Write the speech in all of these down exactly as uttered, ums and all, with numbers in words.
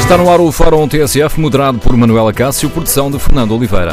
Está no ar o Fórum T S F, moderado por Manuela Cássio, produção de Fernando Oliveira.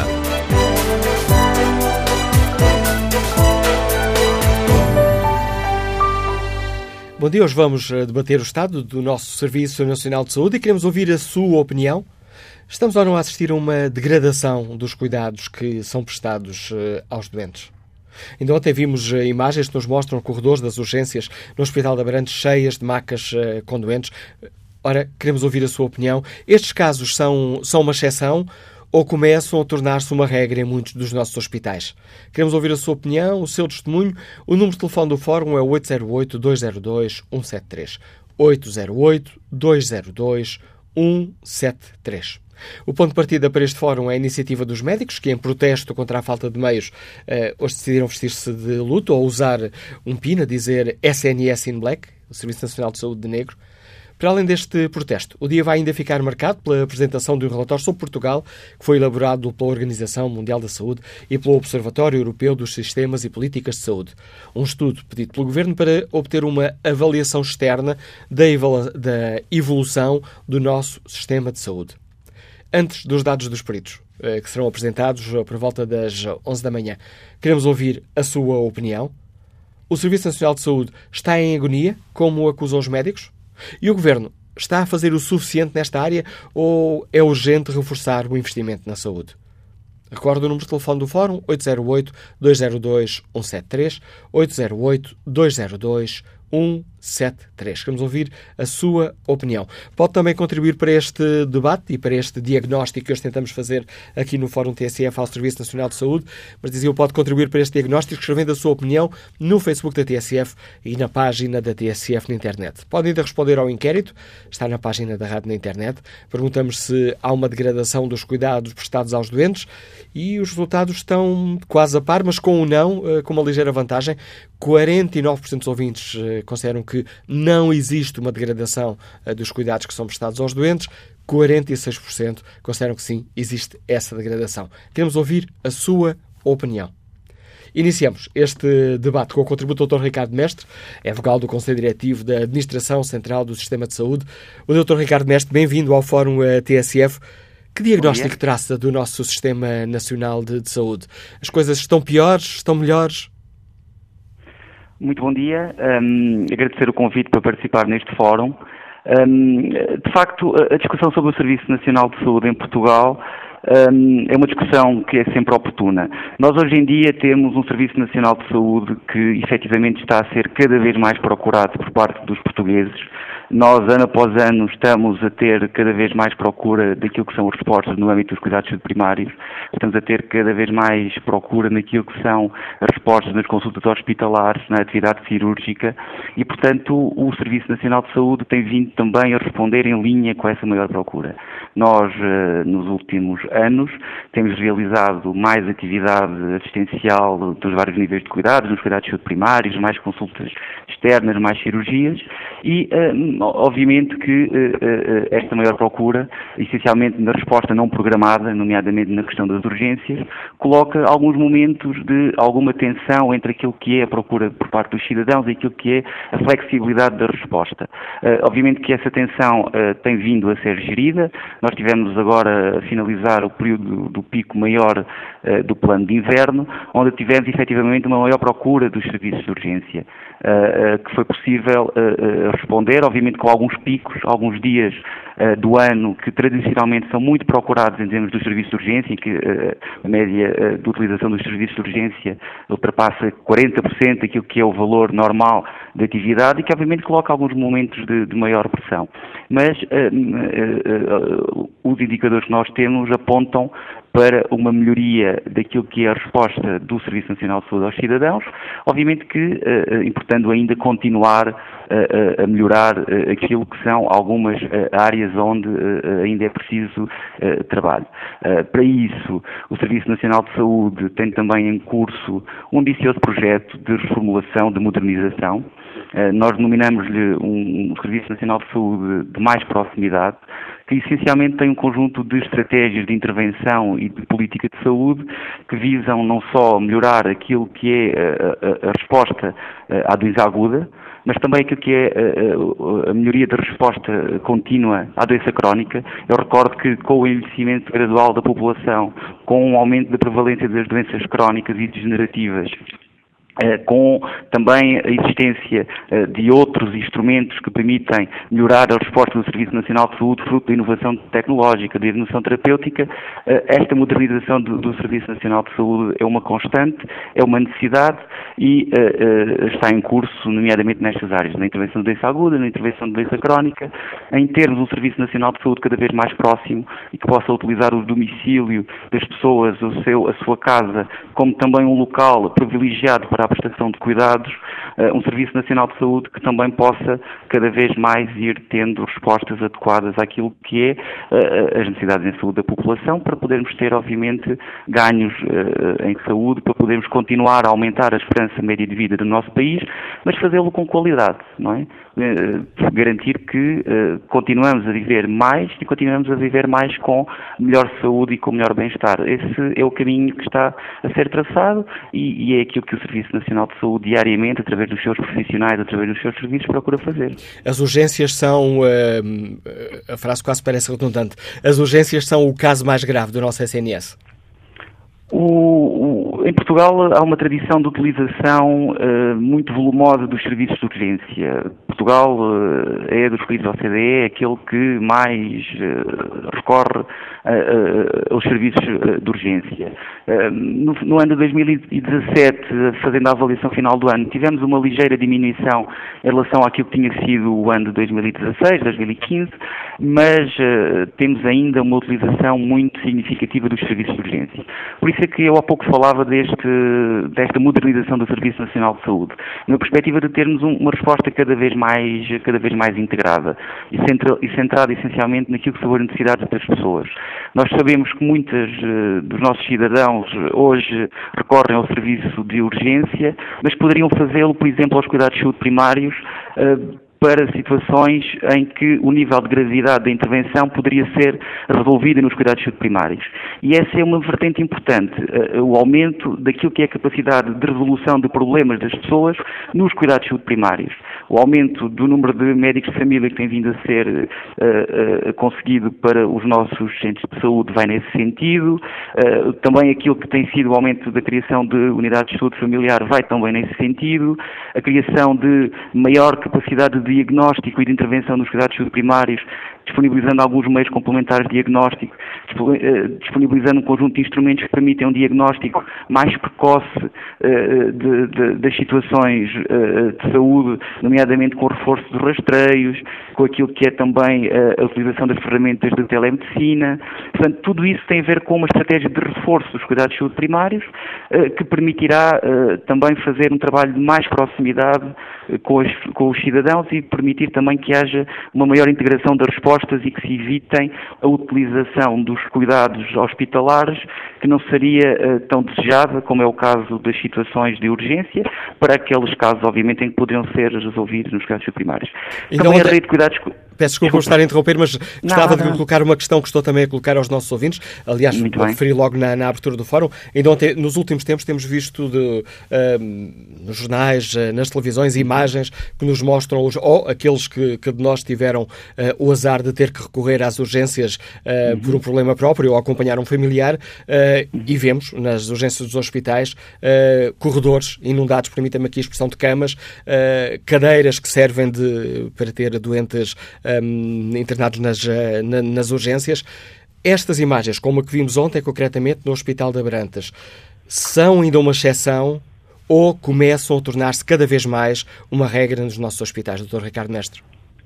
Bom dia, hoje vamos debater o estado do nosso Serviço Nacional de Saúde e queremos ouvir a sua opinião. Estamos ou não a assistir a uma degradação dos cuidados que são prestados aos doentes? Ainda ontem vimos imagens que nos mostram corredores das urgências no Hospital de Abrantes cheias de macas com doentes. Ora, queremos ouvir a sua opinião. Estes casos são, são uma exceção ou começam a tornar-se uma regra em muitos dos nossos hospitais? Queremos ouvir a sua opinião, o seu testemunho. O número de telefone do Fórum é o oito zero oito, dois zero dois, um sete três. oito zero oito, dois zero dois, um sete três. O ponto de partida para este fórum é a iniciativa dos médicos, que em protesto contra a falta de meios, eh, hoje decidiram vestir-se de luto ou usar um pino a dizer S N S in Black, o Serviço Nacional de Saúde de Negro. Para além deste protesto, o dia vai ainda ficar marcado pela apresentação de um relatório sobre Portugal, que foi elaborado pela Organização Mundial da Saúde e pelo Observatório Europeu dos Sistemas e Políticas de Saúde. Um estudo pedido pelo Governo para obter uma avaliação externa da evolução do nosso sistema de saúde. Antes dos dados dos peritos, que serão apresentados por volta das onze da manhã, queremos ouvir a sua opinião. O Serviço Nacional de Saúde está em agonia, como acusam os médicos? E o Governo está a fazer o suficiente nesta área ou é urgente reforçar o investimento na saúde? Recordo o número de telefone do Fórum, oito zero oito, dois zero dois, um sete três, oito zero oito, dois zero dois, um sete três. Queremos ouvir a sua opinião. Pode também contribuir para este debate e para este diagnóstico que hoje tentamos fazer aqui no Fórum T S F ao Serviço Nacional de Saúde, mas dizia eu, pode contribuir para este diagnóstico escrevendo a sua opinião no Facebook da T S F e na página da T S F na internet. Pode ainda responder ao inquérito, está na página da rádio na internet. Perguntamos se há uma degradação dos cuidados prestados aos doentes e os resultados estão quase a par, mas com um não, com uma ligeira vantagem. quarenta e nove por cento dos ouvintes consideram que não existe uma degradação dos cuidados que são prestados aos doentes. quarenta e seis por cento consideram que sim, existe essa degradação. Queremos ouvir a sua opinião. Iniciamos este debate com o contributo do doutor Ricardo Mestre, é vogal do Conselho Diretivo da Administração Central do Sistema de Saúde. O doutor Ricardo Mestre, bem-vindo ao Fórum T S F. Que diagnóstico traça do nosso Sistema Nacional de, de Saúde? As coisas estão piores, estão melhores? Muito bom dia. Um, agradecer o convite para participar neste fórum. Um, de facto, a discussão sobre o Serviço Nacional de Saúde em Portugal um, é uma discussão que é sempre oportuna. Nós hoje em dia temos um Serviço Nacional de Saúde que efetivamente está a ser cada vez mais procurado por parte dos portugueses. Nós, ano após ano, estamos a ter cada vez mais procura daquilo que são os reforços no âmbito dos cuidados primários. Estamos a ter cada vez mais procura naquilo que são as respostas nas consultas hospitalares, na atividade cirúrgica e, portanto, o Serviço Nacional de Saúde tem vindo também a responder em linha com essa maior procura. Nós, nos últimos anos, temos realizado mais atividade assistencial dos vários níveis de cuidados, nos cuidados primários, mais consultas externas, mais cirurgias e, obviamente que esta maior procura, essencialmente na resposta não programada, nomeadamente na questão das urgências, coloca alguns momentos de alguma tensão entre aquilo que é a procura por parte dos cidadãos e aquilo que é a flexibilidade da resposta. Obviamente que essa tensão tem vindo a ser gerida. Nós tivemos agora a finalizar o período do pico maior do plano de inverno, onde tivemos efetivamente uma maior procura dos serviços de urgência, que foi possível responder, obviamente com alguns picos, alguns dias do ano que tradicionalmente são muito procurados em termos dos serviços de urgência, em que a média de utilização dos serviços de urgência ultrapassa quarenta por cento daquilo que é o valor normal de atividade e que obviamente coloca alguns momentos de, de maior pressão. Mas uh, uh, uh, os indicadores que nós temos apontam para uma melhoria daquilo que é a resposta do Serviço Nacional de Saúde aos cidadãos, obviamente que uh, importando ainda continuar uh, a melhorar uh, aquilo que são algumas uh, áreas onde uh, ainda é preciso uh, trabalho. Uh, para isso, o Serviço Nacional de Saúde tem também em curso um ambicioso projeto de reformulação, de modernização. Uh, nós denominamos-lhe um, um Serviço Nacional de Saúde de mais proximidade, que essencialmente tem um conjunto de estratégias de intervenção e de política de saúde que visam não só melhorar aquilo que é a, a, a resposta à doença aguda, mas também aquilo que é a, a, a melhoria da resposta contínua à doença crónica. Eu recordo que com o envelhecimento gradual da população, com o aumento da prevalência das doenças crónicas e degenerativas, Uh, com também a existência uh, de outros instrumentos que permitem melhorar a resposta do Serviço Nacional de Saúde, fruto da inovação tecnológica, da inovação terapêutica, uh, esta modernização do, do Serviço Nacional de Saúde é uma constante, é uma necessidade e uh, uh, está em curso, nomeadamente nestas áreas, na intervenção de doença aguda, na intervenção de doença crónica, em termos de um Serviço Nacional de Saúde cada vez mais próximo e que possa utilizar o domicílio das pessoas, o seu, a sua casa, como também um local privilegiado para a prestação de cuidados, uh, um Serviço Nacional de Saúde que também possa cada vez mais ir tendo respostas adequadas àquilo que é uh, as necessidades em saúde da população, para podermos ter, obviamente, ganhos uh, em saúde, para podermos continuar a aumentar a esperança média de vida do nosso país, mas fazê-lo com qualidade, não é? Uh, garantir que uh, continuamos a viver mais e continuamos a viver mais com melhor saúde e com melhor bem-estar. Esse é o caminho que está a ser traçado e, e é aquilo que o Serviço Nacional de Saúde diariamente, através dos seus profissionais, através dos seus serviços, procura fazer. As urgências são, uh, a frase quase parece redundante, as urgências são o caso mais grave do nosso S N S? O, o, em Portugal há uma tradição de utilização uh, muito volumosa dos serviços de urgência. Portugal uh, é dos países da O C D E aquele que mais uh, recorre uh, uh, aos serviços uh, de urgência. Uh, no, no ano de dois mil e dezassete, fazendo a avaliação final do ano, tivemos uma ligeira diminuição em relação àquilo que tinha sido o ano de dois mil e dezasseis, dois mil e quinze, mas uh, temos ainda uma utilização muito significativa dos serviços de urgência. Por isso é que eu há pouco falava deste, desta modernização do Serviço Nacional de Saúde, na perspectiva de termos um, uma resposta cada vez mais, cada vez mais integrada e, centra, e centrada essencialmente naquilo que são as necessidades das pessoas. Nós sabemos que muitos uh, dos nossos cidadãos hoje recorrem ao serviço de urgência, mas poderiam fazê-lo, por exemplo, aos cuidados de saúde primários, uh, para situações em que o nível de gravidade da intervenção poderia ser resolvido nos cuidados de saúde primários. E essa é uma vertente importante, o aumento daquilo que é a capacidade de resolução de problemas das pessoas nos cuidados de saúde primários. O aumento do número de médicos de família que tem vindo a ser uh, uh, conseguido para os nossos centros de saúde vai nesse sentido. Uh, também aquilo que tem sido o aumento da criação de unidades de saúde familiar vai também nesse sentido. A criação de maior capacidade de diagnóstico e de intervenção nos cuidados de saúde primários, disponibilizando alguns meios complementares de diagnóstico, disponibilizando um conjunto de instrumentos que permitem um diagnóstico mais precoce uh, de, de, das situações uh, de saúde, nomeadamente com o reforço dos rastreios, com aquilo que é também uh, a utilização das ferramentas de telemedicina. Portanto, tudo isso tem a ver com uma estratégia de reforço dos cuidados de saúde primários, uh, que permitirá uh, também fazer um trabalho de mais proximidade uh, com, as, com os cidadãos e permitir também que haja uma maior integração das respostas e que se evitem a utilização dos cuidados hospitalares, que não seria uh, tão desejada, como é o caso das situações de urgência, para aqueles casos, obviamente, em que poderiam ser resolvidos nos cuidados primários. E também não, a rede de cuidados... Peço desculpa por estar a interromper, mas gostava não, não. de colocar uma questão que estou também a colocar aos nossos ouvintes. Aliás, referi logo na, na abertura do fórum. Ainda ontem, nos últimos tempos temos visto de, uh, nos jornais, uh, nas televisões, imagens que nos mostram, os, ou aqueles que, que de nós tiveram uh, o azar de ter que recorrer às urgências uh, uhum. por um problema próprio ou acompanhar um familiar, uh, uhum. e vemos nas urgências dos hospitais uh, corredores inundados, permita-me aqui a expressão de camas, uh, cadeiras que servem de, para ter doentes Um, internados nas, na, nas urgências. Estas imagens, como a que vimos ontem, concretamente no Hospital de Abrantes, são ainda uma exceção ou começam a tornar-se cada vez mais uma regra nos nossos hospitais, doutor Ricardo Mestre?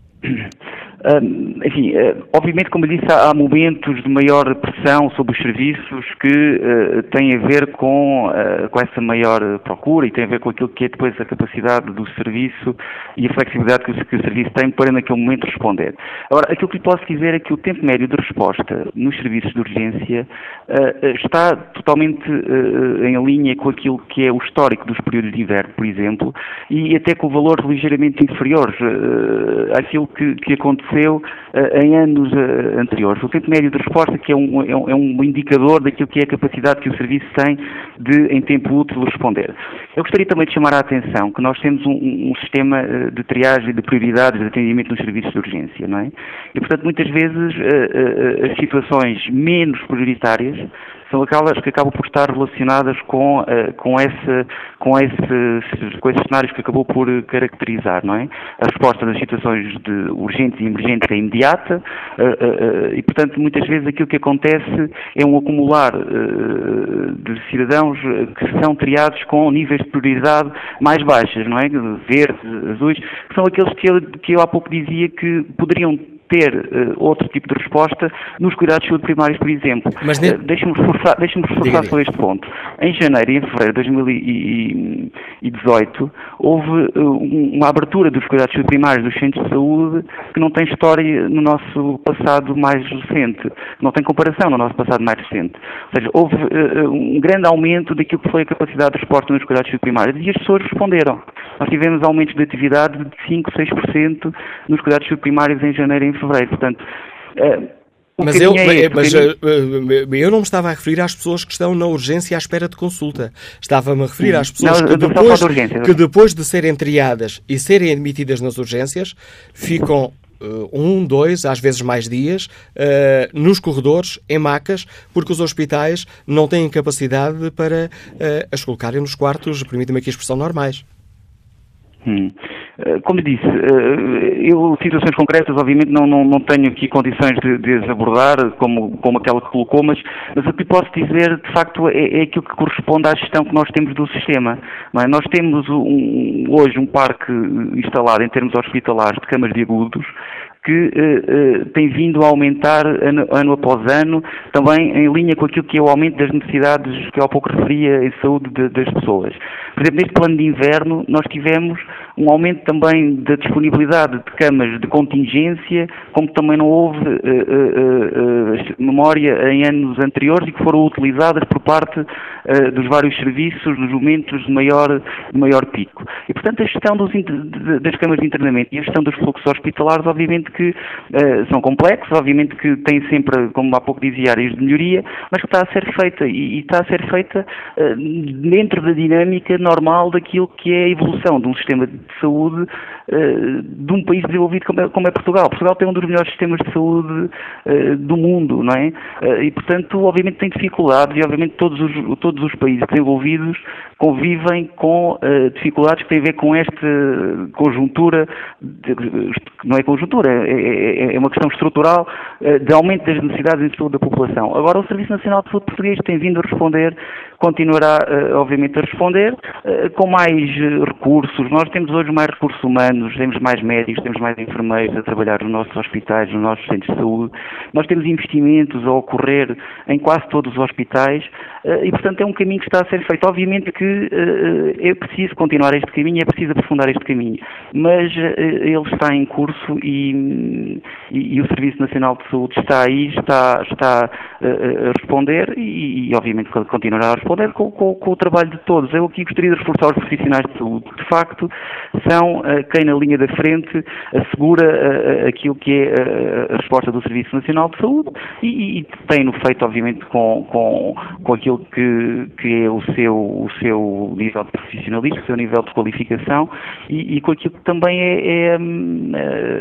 Uh, enfim, uh, obviamente, como eu disse, há momentos de maior pressão sobre os serviços que uh, têm a ver com, uh, com essa maior procura e têm a ver com aquilo que é depois a capacidade do serviço e a flexibilidade que o, que o serviço tem para naquele momento responder. Agora, aquilo que lhe posso dizer é que o tempo médio de resposta nos serviços de urgência uh, está totalmente uh, em linha com aquilo que é o histórico dos períodos de inverno, por exemplo, e até com valores ligeiramente inferiores uh, àquilo que, que aconteceu aconteceu uh, em anos uh, anteriores. O tempo médio de resposta, que é um, é, um, é um indicador daquilo que é a capacidade que o serviço tem de, em tempo útil, responder. Eu gostaria também de chamar a atenção que nós temos um, um sistema uh, de triagem de prioridades de atendimento nos serviços de urgência, não é? E, portanto, muitas vezes uh, uh, as situações menos prioritárias são aquelas que acabam por estar relacionadas com, uh, com, esse, com, esse, com esses cenários que acabou por caracterizar, não é? A resposta das situações de urgentes e emergentes é imediata uh, uh, uh, e, portanto, muitas vezes aquilo que acontece é um acumular uh, de cidadãos que são triados com níveis de prioridade mais baixas, não é? Verdes, azuis, que são aqueles que eu, que eu há pouco dizia que poderiam ter uh, outro tipo de resposta nos cuidados de saúde primários, por exemplo. Mas ne... uh, Deixe-me reforçar, deixe-me reforçar sobre este ponto. Em janeiro e em fevereiro de dois mil e dezoito, houve uh, uma abertura dos cuidados de saúde primários dos centros de saúde que não tem história no nosso passado mais recente, não tem comparação no nosso passado mais recente. Ou seja, houve uh, um grande aumento daquilo que foi a capacidade de resposta nos cuidados de saúde primários e as pessoas responderam. Nós tivemos aumentos de atividade de cinco, seis por cento nos cuidados de saúde primários em janeiro e em fevereiro. Portanto, uh, mas eu, é este, mas uh, eu não me estava a referir às pessoas que estão na urgência à espera de consulta. Estava-me a referir às pessoas não, que, depois, de urgência, que depois de serem triadas e serem admitidas nas urgências, ficam uh, um, dois, às vezes mais dias, uh, nos corredores, em macas, porque os hospitais não têm capacidade para uh, as colocarem nos quartos, permitem-me aqui a expressão, normais. Hum. Como disse, eu, situações concretas, obviamente, não, não, não tenho aqui condições de, de as abordar, como, como aquela que colocou, mas, mas o que posso dizer, de facto, é, é aquilo que corresponde à gestão que nós temos do sistema. Não é? Nós temos um, hoje um parque instalado em termos hospitalares de camas de agudos, que uh, uh, tem vindo a aumentar ano, ano após ano, também em linha com aquilo que é o aumento das necessidades que eu há pouco referia em saúde de, das pessoas. Por exemplo, neste plano de inverno, nós tivemos um aumento também da disponibilidade de camas de contingência, como também não houve uh, uh, uh, memória em anos anteriores e que foram utilizadas por parte uh, dos vários serviços nos momentos de maior, de maior pico. E, portanto, a gestão dos, das camas de internamento e a gestão dos fluxos hospitalares, obviamente, que uh, são complexos, obviamente que têm sempre, como há pouco dizia, áreas de melhoria, mas que está a ser feita e, e está a ser feita uh, dentro da dinâmica normal daquilo que é a evolução de um sistema de saúde uh, de um país desenvolvido como é, como é Portugal. Portugal tem um dos melhores sistemas de saúde uh, do mundo, não é? Uh, e, portanto, obviamente tem dificuldades e, obviamente, todos os, todos os países desenvolvidos convivem com uh, dificuldades que têm a ver com esta conjuntura, de, não é conjuntura, é, é uma questão estrutural de aumento das necessidades em saúde da população. Agora, o Serviço Nacional de Saúde Português tem vindo a responder, continuará, obviamente, a responder, com mais recursos. Nós temos hoje mais recursos humanos, temos mais médicos, temos mais enfermeiros a trabalhar nos nossos hospitais, nos nossos centros de saúde. Nós temos investimentos a ocorrer em quase todos os hospitais e, portanto, é um caminho que está a ser feito. Obviamente que é preciso continuar este caminho, é preciso aprofundar este caminho, mas ele está em curso e, e, e o Serviço Nacional de Saúde está aí, está, está uh, a responder e, e, obviamente, continuará a responder com, com, com o trabalho de todos. Eu aqui gostaria de reforçar os profissionais de saúde, que, de facto, são uh, quem na linha da frente assegura uh, aquilo que é uh, a resposta do Serviço Nacional de Saúde e, e tem-no feito, obviamente, com, com, com aquilo que, que é o seu, o seu nível de profissionalismo, o seu nível de qualificação e, e com aquilo que também é, é um,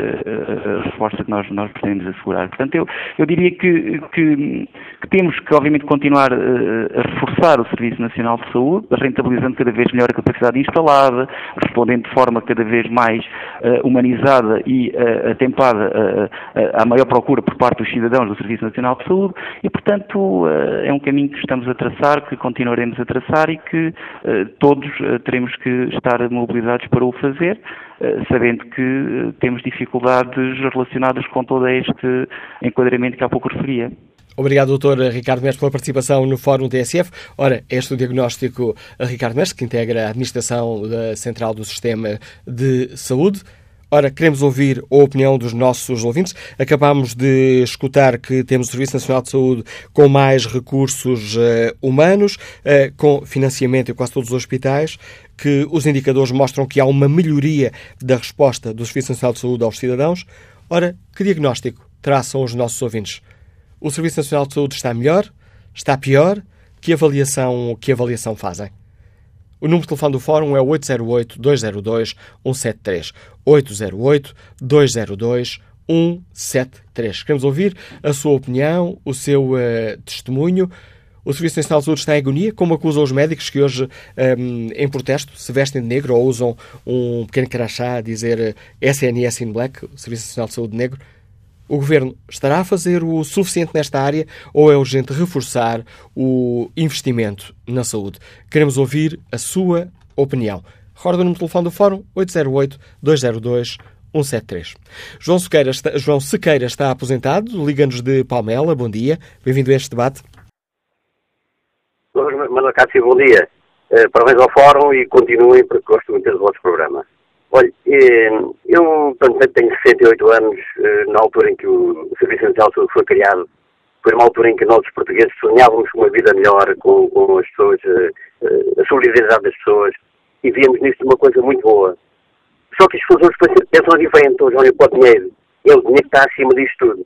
a resposta que nós, nós pretendemos assegurar. Portanto, eu, eu diria que, que, que temos que, obviamente, continuar uh, a reforçar o Serviço Nacional de Saúde, rentabilizando cada vez melhor a capacidade instalada, respondendo de forma cada vez mais uh, humanizada e uh, atempada uh, uh, à maior procura por parte dos cidadãos do Serviço Nacional de Saúde e, portanto, uh, é um caminho que estamos a traçar, que continuaremos a traçar e que uh, todos uh, teremos que estar mobilizados para o fazer, uh, sabendo que uh, temos dificuldades relacionadas com todo este enquadramento que há pouco referia. Obrigado, doutor Ricardo Mestre, pela participação no Fórum T S F. Ora, este é o diagnóstico Ricardo Mestre, que integra a Administração Central do Sistema de Saúde. Ora, queremos ouvir a opinião dos nossos ouvintes. Acabámos de escutar que temos o Serviço Nacional de Saúde com mais recursos uh, humanos, uh, com financiamento em quase todos os hospitais, que os indicadores mostram que há uma melhoria da resposta do Serviço Nacional de Saúde aos cidadãos. Ora, que diagnóstico traçam os nossos ouvintes? O Serviço Nacional de Saúde está melhor? Está pior? Que avaliação, que avaliação fazem? O número de telefone do Fórum é o oito zero oito, dois zero dois, um sete três. oito zero oito, dois zero dois, um sete três. Queremos ouvir a sua opinião, o seu uh, testemunho. O Serviço Nacional de Saúde está em agonia, como acusam os médicos que hoje, um, em protesto, se vestem de negro ou usam um pequeno crachá a dizer S N S in Black, o Serviço Nacional de Saúde negro. O Governo estará a fazer o suficiente nesta área ou é urgente reforçar o investimento na saúde? Queremos ouvir a sua opinião. Recordo o número de telefone do Fórum, oito zero oito, dois zero dois, um sete três. João Sequeira está, João Sequeira está aposentado, liga-nos de Palmela. Bom dia, bem-vindo a este debate. Manuel Cássio, bom dia. Uh, parabéns ao Fórum e continuem, porque gosto muito do vosso programa. Olha, eu portanto, tenho sessenta e oito anos, na altura em que o Serviço Nacional de Saúde foi criado. Foi uma altura em que nós, os portugueses, sonhávamos com uma vida melhor, com, com as pessoas, a solidariedade das pessoas, e víamos nisto uma coisa muito boa. Só que as pessoas hoje pensam diferente, hoje olham para o dinheiro. É o dinheiro que está acima disto tudo.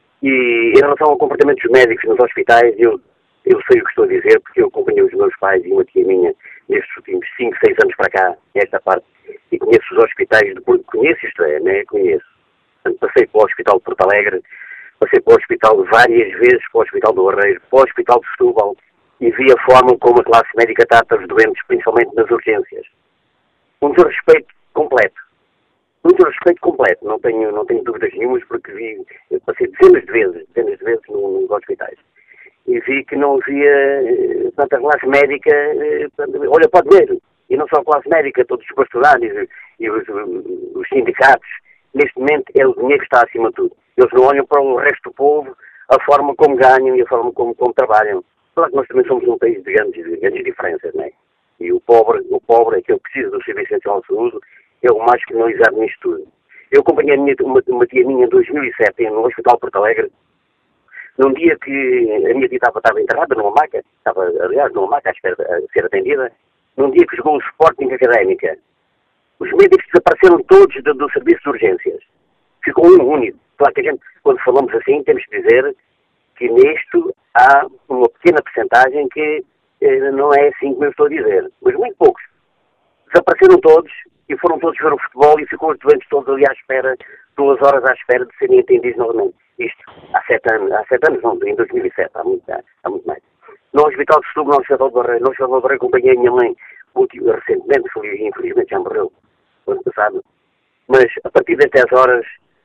E em relação ao comportamento dos médicos nos hospitais, eu, eu sei o que estou a dizer, porque eu acompanhei os meus pais e uma tia minha nestes últimos cinco, seis anos para cá, esta parte. E conheço os hospitais, de, conheço isto é, né? Conheço. Portanto, passei para o Hospital de Porto Alegre, passei para o Hospital várias vezes, para o Hospital do Barreiro, para o Hospital de Setúbal, e vi a forma como a classe médica trata os doentes, principalmente nas urgências. Um desrespeito completo. Um desrespeito completo. Não tenho, não tenho dúvidas nenhumas, porque vi, eu passei dezenas de vezes, dezenas de vezes nos hospitais. E vi que não havia, portanto, a classe médica, portanto, olha para o dinheiro. E não só a classe médica, todos os bastonários e os, os sindicatos. Neste momento é o dinheiro que está acima de tudo. Eles não olham para o resto do povo, a forma como ganham e a forma como, como trabalham. Claro que nós também somos um país de grandes, de grandes diferenças, não é? E o pobre, o pobre, aquele que precisa do Serviço Nacional de Saúde, é o mais criminalizado nisto tudo. Eu acompanhei a minha, uma, uma tia minha em dois mil e sete no Hospital de Porto Alegre, num dia que a minha tia estava, estava enterrada numa maca, estava, aliás, numa maca à espera de ser atendida, num dia que jogou o Sporting Académica. Os médicos desapareceram todos do, do serviço de urgências. Ficou um único. Claro que a gente, quando falamos assim, temos que dizer que nisto há uma pequena percentagem que eh, não é assim como eu estou a dizer. Mas muito poucos. Desapareceram todos e foram todos ver o futebol e ficou os doentes todos ali à espera, duas horas à espera de serem atendidos novamente. Isto há sete anos, há sete anos não, em dois mil e sete, há muito, há, há muito mais. No Hospital de Setúbal, no Hospital de Barreiro, no Hospital de Barreiro acompanhei a minha mãe recentemente, infelizmente já morreu no ano passado, mas a partir das dez horas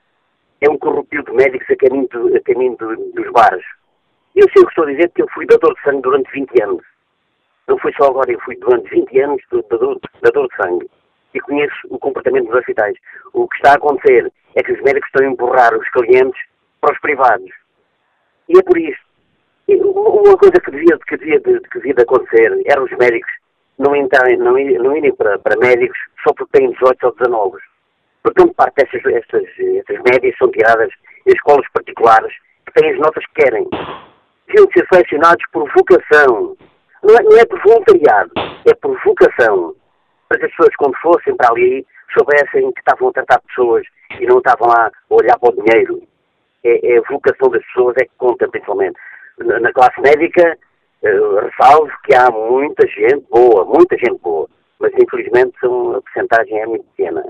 é um corrupio de médicos a caminho, do, a caminho do, dos bares. Eu sei o que estou a dizer, porque eu fui dador de sangue durante vinte anos. Não foi só agora, eu fui durante vinte anos dador, dador de sangue. E conheço o comportamento dos hospitais. O que está a acontecer é que os médicos estão a empurrar os clientes para os privados. E é por isso. Uma coisa que devia, que devia, de, que devia de acontecer era os médicos não, entrarem, não, não irem para, para médicos só porque têm dezoito ou dezanove. Porque uma parte destas, estas, estas médias são tiradas em escolas particulares que têm as notas que querem. Deviam ser selecionados por vocação. Não é, não é por voluntariado, é por vocação. Para que as pessoas, quando fossem para ali, soubessem que estavam a tratar pessoas e não estavam lá a olhar para o dinheiro. É, é a vocação das pessoas é que conta, principalmente. Na, na classe médica, uh, ressalvo que há muita gente boa, muita gente boa, mas infelizmente são, a percentagem é muito pequena.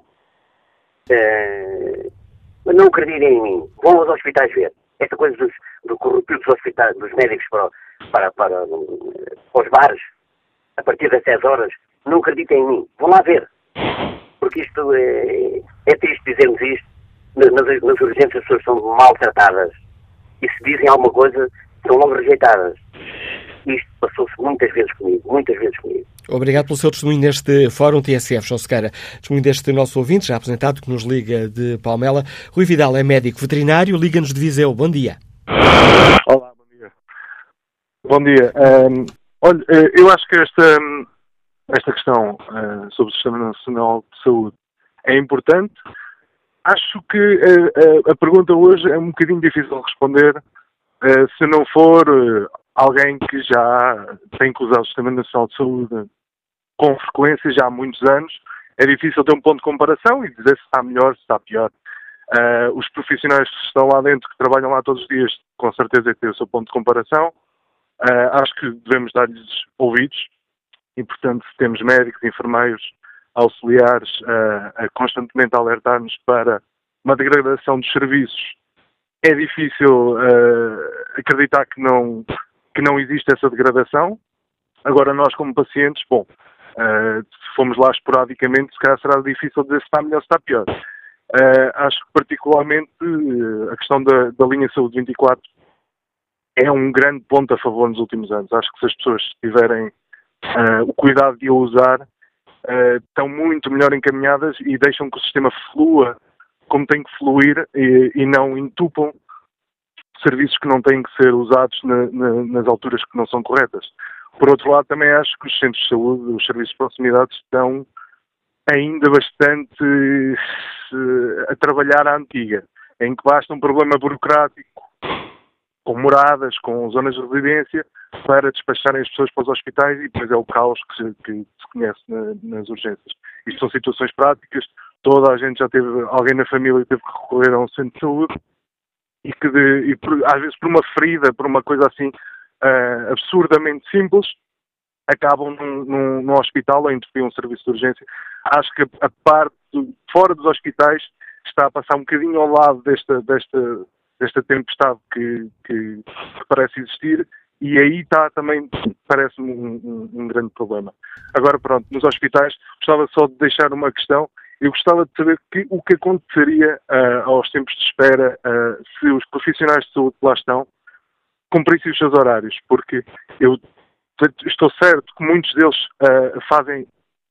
Uh, mas não acreditem em mim. Vão aos hospitais ver. Esta coisa dos, do corrupio dos hospitais, dos médicos para, para, para, para os bares, a partir das dez horas, não acreditem em mim. Vão lá ver. Porque isto é, é triste dizermos isto. Nas, nas urgências as pessoas são maltratadas. E se dizem alguma coisa, são logo rejeitadas. Isto passou-se muitas vezes comigo. Muitas vezes comigo. Obrigado pelo seu testemunho neste Fórum T S F, João Sequeira. Testemunho deste nosso ouvinte, já apresentado, que nos liga de Palmela. Rui Vidal é médico veterinário, liga-nos de Viseu. Bom dia. Olá, bom dia. Bom dia. Um, olha, eu acho que esta, esta questão uh, sobre o Sistema Nacional de Saúde é importante. Acho que uh, uh, a pergunta hoje é um bocadinho difícil de responder uh, se não for uh, alguém que já tem que usar o Sistema Nacional de Saúde com frequência, já há muitos anos. É difícil ter um ponto de comparação e dizer se está melhor, se está pior. Uh, os profissionais que estão lá dentro, que trabalham lá todos os dias, com certeza que têm o seu ponto de comparação. Uh, acho que devemos dar-lhes ouvidos e, portanto, se temos médicos, enfermeiros, auxiliares uh, a constantemente alertar-nos para uma degradação dos serviços, é difícil uh, acreditar que não, que não existe essa degradação. Agora, nós como pacientes, bom, uh, se formos lá esporadicamente, se calhar será difícil dizer se está melhor ou se está pior. Uh, acho que particularmente uh, a questão da, da linha Saúde vinte e quatro é um grande ponto a favor nos últimos anos. Acho que se as pessoas tiverem uh, o cuidado de a usar, uh, estão muito melhor encaminhadas e deixam que o sistema flua como tem que fluir e, e não entupam serviços que não têm que ser usados na, na, nas alturas que não são corretas. Por outro lado, também acho que os centros de saúde, os serviços de proximidade estão ainda bastante uh, a trabalhar à antiga, em que basta um problema burocrático, com moradas, com zonas de residência, para despacharem as pessoas para os hospitais e depois é o caos que se, que se conhece na, nas urgências. Isto são situações práticas, toda a gente já teve, alguém na família teve que recorrer a um centro de saúde e que de, e por, às vezes por uma ferida, por uma coisa assim uh, absurdamente simples, acabam num, num, num hospital ou interviam um serviço de urgência. Acho que a, a parte do, fora dos hospitais está a passar um bocadinho ao lado desta, desta, desta tempestade que, que, que parece existir e aí está também, parece-me um, um, um grande problema. Agora pronto, nos hospitais, gostava só de deixar uma questão. Eu gostava de saber que, o que aconteceria uh, aos tempos de espera uh, se os profissionais de saúde que lá estão cumprissem os seus horários, porque eu estou certo que muitos deles uh, fazem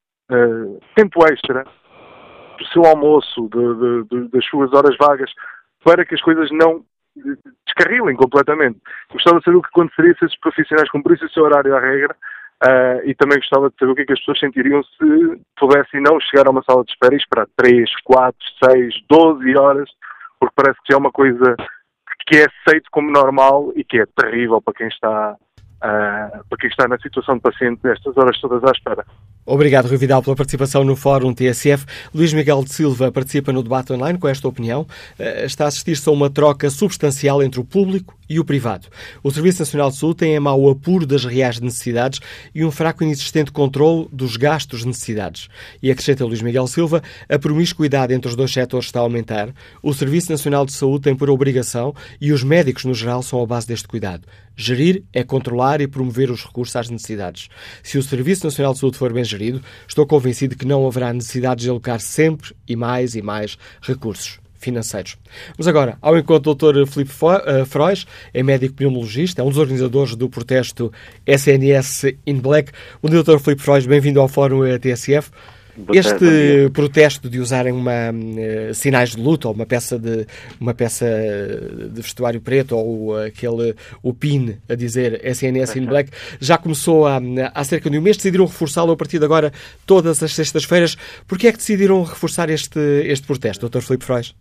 uh, tempo extra do seu almoço, de, de, de, das suas horas vagas, para que as coisas não descarrilem completamente. Gostava de saber o que aconteceria se esses profissionais cumprissem o seu horário à regra uh, e também gostava de saber o que é que as pessoas sentiriam se pudessem não chegar a uma sala de espera e esperar três, quatro, seis, doze horas, porque parece que já é uma coisa que é aceito como normal e que é terrível para quem está Uh, para quem está na situação de paciente nestas horas todas à espera. Obrigado, Rui Vidal, pela participação no Fórum T S F. Luís Miguel de Silva participa no debate online com esta opinião. Uh, está a assistir-se a uma troca substancial entre o público e o privado. O Serviço Nacional de Saúde tem em mão o apuro das reais necessidades e um fraco e inexistente controle dos gastos de necessidades. E acrescenta Luís Miguel Silva, a promiscuidade entre os dois setores está a aumentar. O Serviço Nacional de Saúde tem por obrigação, e os médicos no geral são a base deste cuidado, gerir é controlar e promover os recursos às necessidades. Se o Serviço Nacional de Saúde for bem gerido, estou convencido que não haverá necessidade de alocar sempre e mais e mais recursos financeiros. Mas agora, ao encontro do doutor Filipe Frois, é médico pneumologista, é um dos organizadores do protesto S N S in Black. O doutor Filipe Frois, bem-vindo ao Fórum T S F. Boa este tarde, protesto de usarem uma, uh, sinais de luta ou uma peça de, uma peça de vestuário preto ou aquele, o pin a dizer S N S in Black, já começou há, há cerca de um mês. Decidiram reforçá-lo a partir de agora todas as sextas-feiras. Porquê é que decidiram reforçar este, este protesto, doutor Filipe Frois?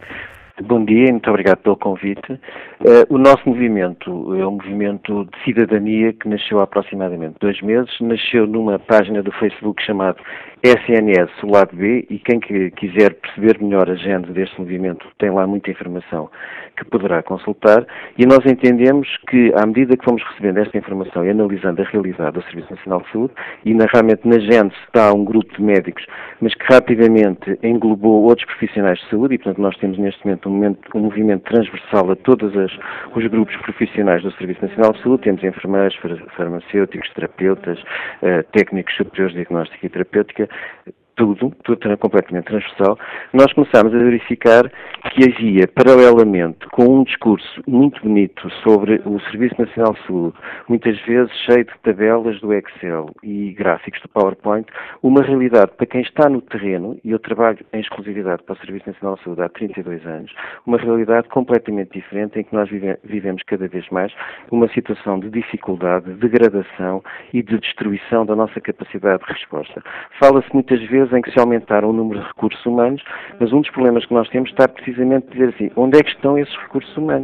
Bom dia e muito obrigado pelo convite. Uh, o nosso movimento é um movimento de cidadania que nasceu há aproximadamente dois meses. Nasceu numa página do Facebook chamada S N S, o lado B, e quem que quiser perceber melhor a gênese deste movimento tem lá muita informação que poderá consultar. E nós entendemos que, à medida que vamos recebendo esta informação e analisando a realidade do Serviço Nacional de Saúde, e na, realmente na gênese está um grupo de médicos, mas que rapidamente englobou outros profissionais de saúde, e portanto nós temos neste momento um, momento, um movimento transversal a todos as, os grupos profissionais do Serviço Nacional de Saúde. Temos enfermeiros, farmacêuticos, terapeutas, uh, técnicos superiores de diagnóstica e terapêutica, tudo, tudo completamente transversal. Nós começámos a verificar que havia, paralelamente, com um discurso muito bonito sobre o Serviço Nacional de Saúde, muitas vezes cheio de tabelas do Excel e gráficos do PowerPoint, uma realidade para quem está no terreno, e eu trabalho em exclusividade para o Serviço Nacional de Saúde há trinta e dois anos, uma realidade completamente diferente em que nós vive, vivemos cada vez mais uma situação de dificuldade, de degradação e de destruição da nossa capacidade de resposta. Fala-se muitas vezes em que se aumentaram o número de recursos humanos, mas um dos problemas que nós temos está precisamente a dizer assim, onde é que estão esses recursos humanos?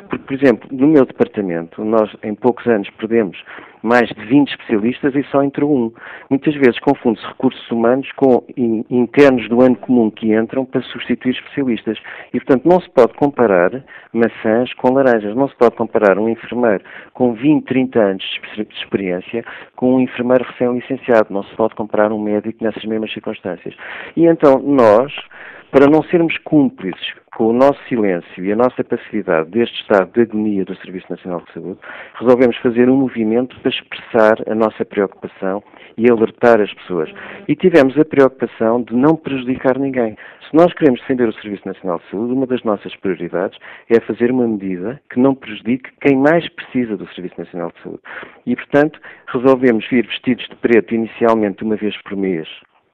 porque, por exemplo, no meu departamento, nós em poucos anos perdemos mais de vinte especialistas e só entrou um. Muitas vezes confunde-se recursos humanos com in, internos do ano comum que entram para substituir especialistas. E, portanto, não se pode comparar maçãs com laranjas. Não se pode comparar um enfermeiro com vinte, trinta anos de experiência com um enfermeiro recém-licenciado. Não se pode comparar um médico nessas mesmas circunstâncias. E então, nós, para não sermos cúmplices com o nosso silêncio e a nossa passividade deste estado de agonia do Serviço Nacional de Saúde, resolvemos fazer um movimento para expressar a nossa preocupação e alertar as pessoas. E tivemos a preocupação de não prejudicar ninguém. Se nós queremos defender o Serviço Nacional de Saúde, uma das nossas prioridades é fazer uma medida que não prejudique quem mais precisa do Serviço Nacional de Saúde. E, portanto, resolvemos vir vestidos de preto inicialmente uma vez por mês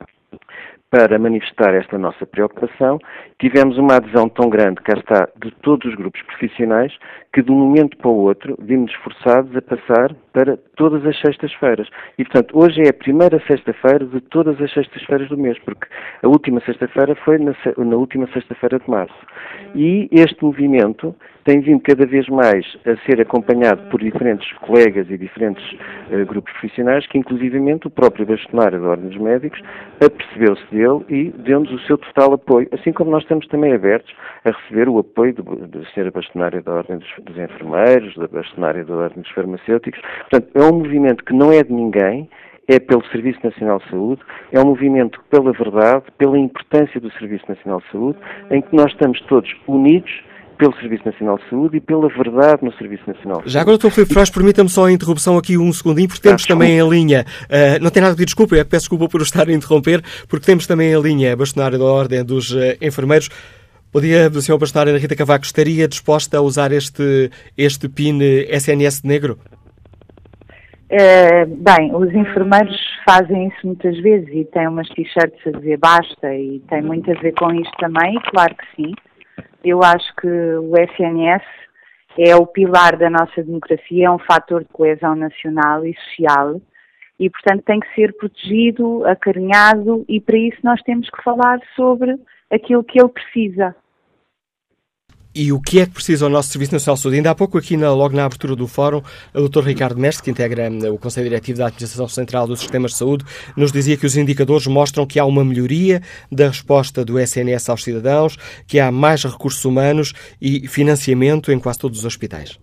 para manifestar esta nossa preocupação. Tivemos uma adesão tão grande, cá está, de todos os grupos profissionais, que de um momento para o outro vimos forçados a passar para todas as sextas-feiras. E, portanto, hoje é a primeira sexta-feira de todas as sextas-feiras do mês, porque a última sexta-feira foi na, na última sexta-feira de março. E este movimento tem vindo cada vez mais a ser acompanhado por diferentes colegas e diferentes uh, grupos profissionais, que inclusivamente o próprio bastonário da Ordem dos Médicos apercebeu-se dele e deu-nos o seu total apoio, assim como nós estamos também abertos a receber o apoio da senhora bastonária da Ordem dos, dos Enfermeiros, da bastonária da Ordem dos Farmacêuticos. Portanto, é um movimento que não é de ninguém, é pelo Serviço Nacional de Saúde, é um movimento pela verdade, pela importância do Serviço Nacional de Saúde, em que nós estamos todos unidos pelo Serviço Nacional de Saúde e pela verdade no Serviço Nacional de Saúde. Já agora, doutor Filipe Frois, permita-me só a interrupção aqui um segundinho, porque temos ah, também em linha, uh, não tem nada a pedir desculpa, eu peço desculpa por estar a interromper, porque temos também em linha a bastonária da Ordem dos uh, Enfermeiros. Bom dia, senhora bastonária Rita Cavaco, estaria disposta a usar este, este P I N S N S negro? Uh, bem, os enfermeiros fazem isso muitas vezes e têm umas t-shirts a dizer basta e tem muito a ver com isto também, claro que sim. Eu acho que o S N S é o pilar da nossa democracia, é um fator de coesão nacional e social e, portanto, tem que ser protegido, acarinhado e, para isso, nós temos que falar sobre aquilo que ele precisa. E o que é que precisa o nosso Serviço Nacional de Saúde? Ainda há pouco aqui, na, logo na abertura do fórum, o doutor Ricardo Mestre, que integra o Conselho Diretivo da Administração Central dos Sistemas de Saúde, nos dizia que os indicadores mostram que há uma melhoria da resposta do S N S aos cidadãos, que há mais recursos humanos e financiamento em quase todos os hospitais.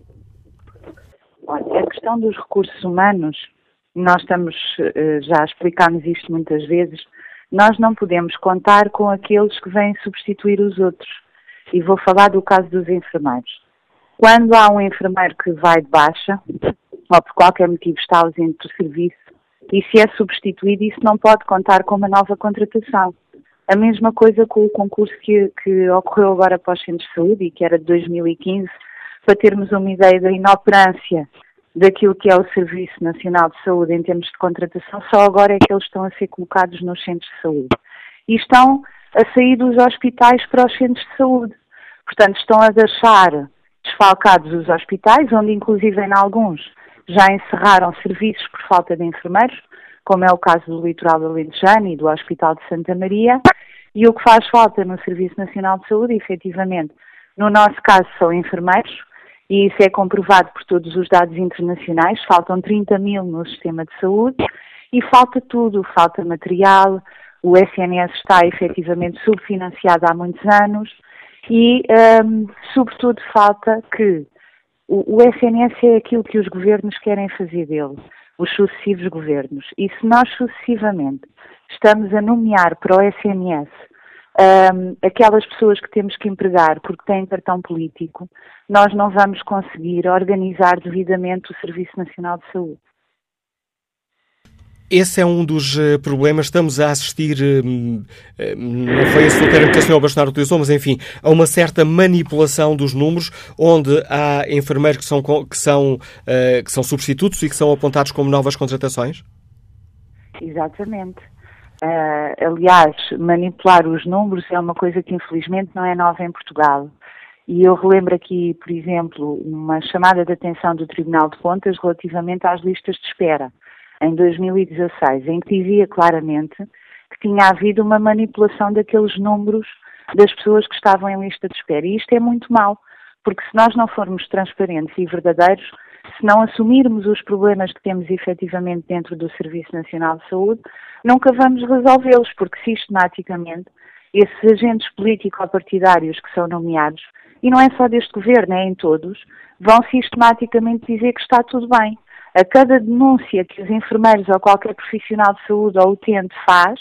Olha, a questão dos recursos humanos, nós estamos, já explicámos isto muitas vezes, nós não podemos contar com aqueles que vêm substituir os outros. E vou falar do caso dos enfermeiros. Quando há um enfermeiro que vai de baixa, ou por qualquer motivo está ausente do serviço, e se é substituído, isso não pode contar com uma nova contratação. A mesma coisa com o concurso que, que ocorreu agora para os centros de saúde, e que era de dois mil e quinze, para termos uma ideia da inoperância daquilo que é o Serviço Nacional de Saúde em termos de contratação, só agora é que eles estão a ser colocados nos centros de saúde. E estão a sair dos hospitais para os centros de saúde. Portanto, estão a deixar desfalcados os hospitais, onde inclusive em alguns já encerraram serviços por falta de enfermeiros, como é o caso do Litoral do Alentejano e do Hospital de Santa Maria, e o que faz falta no Serviço Nacional de Saúde, efetivamente, no nosso caso são enfermeiros, e isso é comprovado por todos os dados internacionais, faltam trinta mil no sistema de saúde, e falta tudo, falta material, o S N S está efetivamente subfinanciado há muitos anos, e, um, sobretudo, falta que o, o S N S é aquilo que os governos querem fazer dele, os sucessivos governos. E se nós sucessivamente estamos a nomear para o S N S um, aquelas pessoas que temos que empregar porque têm cartão político, nós não vamos conseguir organizar devidamente o Serviço Nacional de Saúde. Esse é um dos uh, problemas. Estamos a assistir, uh, uh, não foi esse o termo que a senhora bastonária utilizou, mas enfim, a uma certa manipulação dos números, onde há enfermeiros que são, que são, uh, que são substitutos e que são apontados como novas contratações? Exatamente. Uh, aliás, manipular os números é uma coisa que infelizmente não é nova em Portugal. E eu relembro aqui, por exemplo, uma chamada de atenção do Tribunal de Contas relativamente às listas de espera, em dois mil e dezasseis, em que dizia claramente que tinha havido uma manipulação daqueles números das pessoas que estavam em lista de espera. E isto é muito mau, porque se nós não formos transparentes e verdadeiros, se não assumirmos os problemas que temos efetivamente dentro do Serviço Nacional de Saúde, nunca vamos resolvê-los, porque sistematicamente esses agentes político-partidários que são nomeados, e não é só deste governo, é em todos, vão sistematicamente dizer que está tudo bem. A cada denúncia que os enfermeiros ou qualquer profissional de saúde ou utente faz,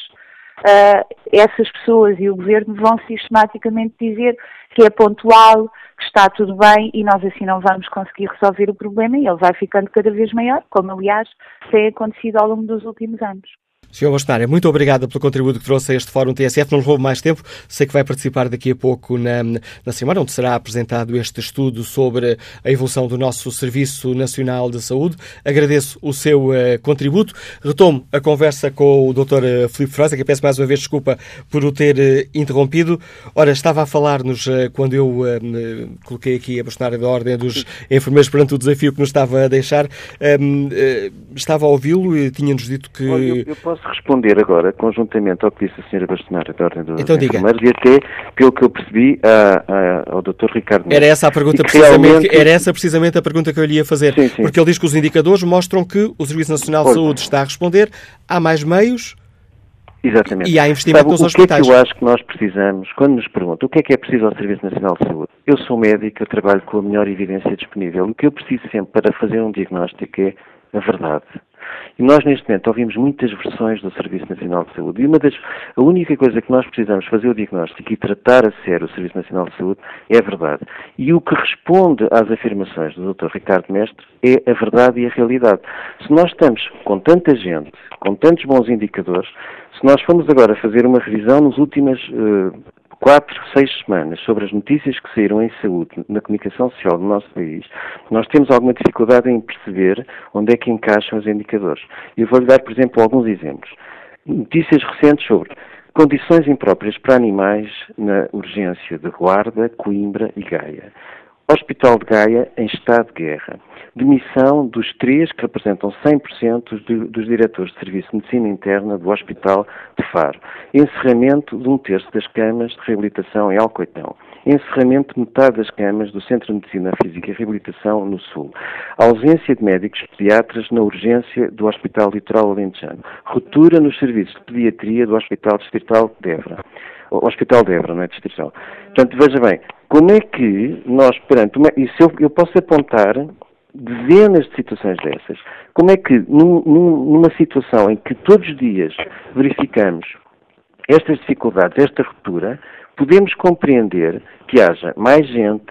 uh, essas pessoas e o governo vão sistematicamente dizer que é pontual, que está tudo bem e nós assim não vamos conseguir resolver o problema e ele vai ficando cada vez maior, como aliás tem acontecido ao longo dos últimos anos. senhora Bastonária, muito obrigada pelo contributo que trouxe a este Fórum T S F. Não lhe roubo mais tempo. Sei que vai participar daqui a pouco na, na semana, onde será apresentado este estudo sobre a evolução do nosso Serviço Nacional de Saúde. Agradeço o seu uh, contributo. Retomo a conversa com o doutor Filipe Frois, que peço mais uma vez desculpa por o ter uh, interrompido. Ora, estava a falar-nos, uh, quando eu uh, coloquei aqui a Bastonária da Ordem dos Enfermeiros perante o desafio que nos estava a deixar, um, uh, estava a ouvi-lo e tinha-nos dito que... Olha, eu, eu posso responder agora, conjuntamente ao que disse a senhora Bastonária da Ordem dos então, Enfermeiros e até, pelo que eu percebi, a, a, ao doutor Ricardo Mendes. Era essa a pergunta, precisamente, realmente... era essa precisamente a pergunta que eu lhe ia fazer, sim, sim. porque ele diz que os indicadores mostram que o Serviço Nacional de Saúde está a responder, há mais meios. Exatamente. E há investimento Sabe, nos o hospitais. O que é que eu acho que nós precisamos, quando nos perguntam o que é que é preciso ao Serviço Nacional de Saúde? Eu sou médico, eu trabalho com a melhor evidência disponível. O que eu preciso sempre para fazer um diagnóstico é a verdade. E nós, neste momento, ouvimos muitas versões do Serviço Nacional de Saúde. E uma das, a única coisa que nós precisamos fazer o diagnóstico e tratar a sério o Serviço Nacional de Saúde é a verdade. E o que responde às afirmações do doutor Ricardo Mestre é a verdade e a realidade. Se nós estamos com tanta gente, com tantos bons indicadores, se nós formos agora fazer uma revisão nas últimas uh, quatro, seis semanas sobre as notícias que saíram em saúde na comunicação social do nosso país, nós temos alguma dificuldade em perceber onde é que encaixam os indicadores. Eu vou-lhe dar, por exemplo, alguns exemplos. Notícias recentes sobre condições impróprias para animais na urgência de Guarda, Coimbra e Gaia. Hospital de Gaia em estado de guerra. Demissão dos três que representam cem por cento dos, dos diretores de Serviço de Medicina Interna do Hospital de Faro. Encerramento de um terço das camas de reabilitação em Alcoitão. Encerramento de metade das camas do Centro de Medicina Física e Reabilitação no Sul. Ausência de médicos pediatras na urgência do Hospital Litoral Alentejano. Ruptura nos serviços de pediatria do Hospital Distrital de Évora. O Hospital de Évora, não é Distrital. Portanto, veja bem, como é que nós, perante uma, e se eu, eu posso apontar dezenas de situações dessas, como é que num, num, numa situação em que todos os dias verificamos estas dificuldades, esta ruptura, podemos compreender que haja mais gente,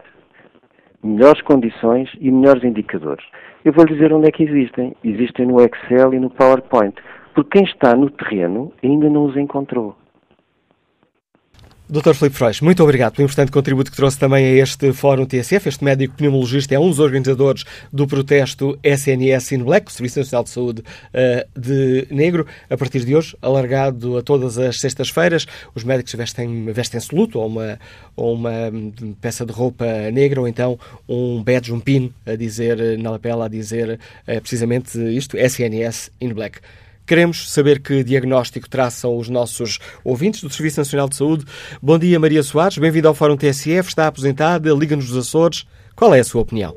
melhores condições e melhores indicadores. Eu vou dizer onde é que existem. Existem no Excel e no PowerPoint. Porque quem está no terreno ainda não os encontrou. doutor Filipe Frois, muito obrigado pelo importante contributo que trouxe também a este Fórum T S F. Este médico pneumologista é um dos organizadores do protesto S N S in Black, o Serviço Nacional de Saúde uh, de Negro. A partir de hoje, alargado a todas as sextas-feiras, os médicos vestem, vestem-se luto ou uma, ou uma peça de roupa negra ou então um badge, um pin a dizer na lapela, a dizer uh, precisamente isto, S N S in Black. Queremos saber que diagnóstico traçam os nossos ouvintes do Serviço Nacional de Saúde. Bom dia, Maria Soares. Bem-vinda ao Fórum T S F. Está aposentada, liga-nos dos Açores. Qual é a sua opinião?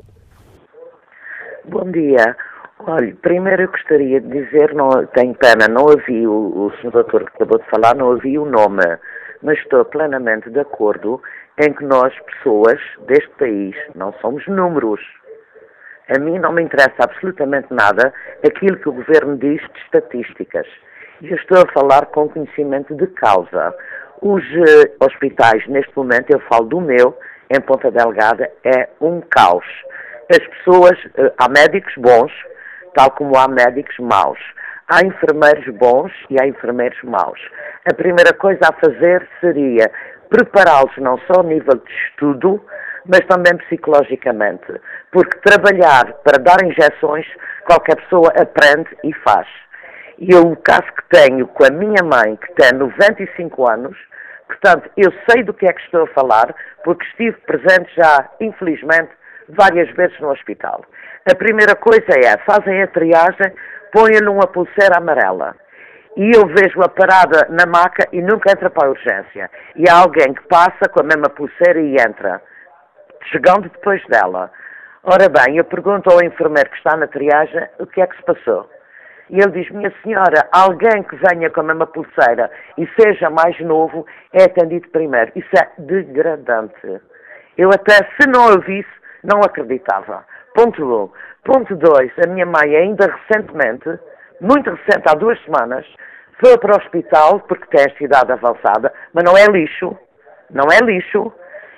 Bom dia. Olha, primeiro eu gostaria de dizer, não, tenho pena, não ouvi o, o senhor doutor que acabou de falar, não ouvi o nome, mas estou plenamente de acordo em que nós, pessoas deste país, não somos números. A mim não me interessa absolutamente nada aquilo que o Governo diz de estatísticas. E eu estou a falar com conhecimento de causa. Os uh, hospitais, neste momento, eu falo do meu, em Ponta Delgada, é um caos. As pessoas, uh, há médicos bons, tal como há médicos maus. Há enfermeiros bons e há enfermeiros maus. A primeira coisa a fazer seria prepará-los não só ao nível de estudo, mas também psicologicamente. Porque trabalhar para dar injeções, qualquer pessoa aprende e faz. E eu, o caso que tenho com a minha mãe, que tem noventa e cinco anos, portanto, eu sei do que é que estou a falar, porque estive presente já, infelizmente, várias vezes no hospital. A primeira coisa é, fazem a triagem, põem-lhe uma pulseira amarela. E eu vejo-a parada na maca e nunca entra para a urgência. E há alguém que passa com a mesma pulseira e entra. chegando depois dela. Ora bem, eu pergunto ao enfermeiro que está na triagem o que é que se passou. E ele diz, minha senhora, alguém que venha com a mesma pulseira e seja mais novo é atendido primeiro. Isso é degradante. Eu até, se não o visse, não acreditava. Ponto um. Ponto dois, a minha mãe ainda recentemente, muito recente, há duas semanas, foi para o hospital, porque tem a idade avançada, mas não é lixo, não é lixo.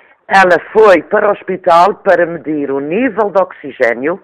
Ela foi para o hospital para medir o nível de oxigênio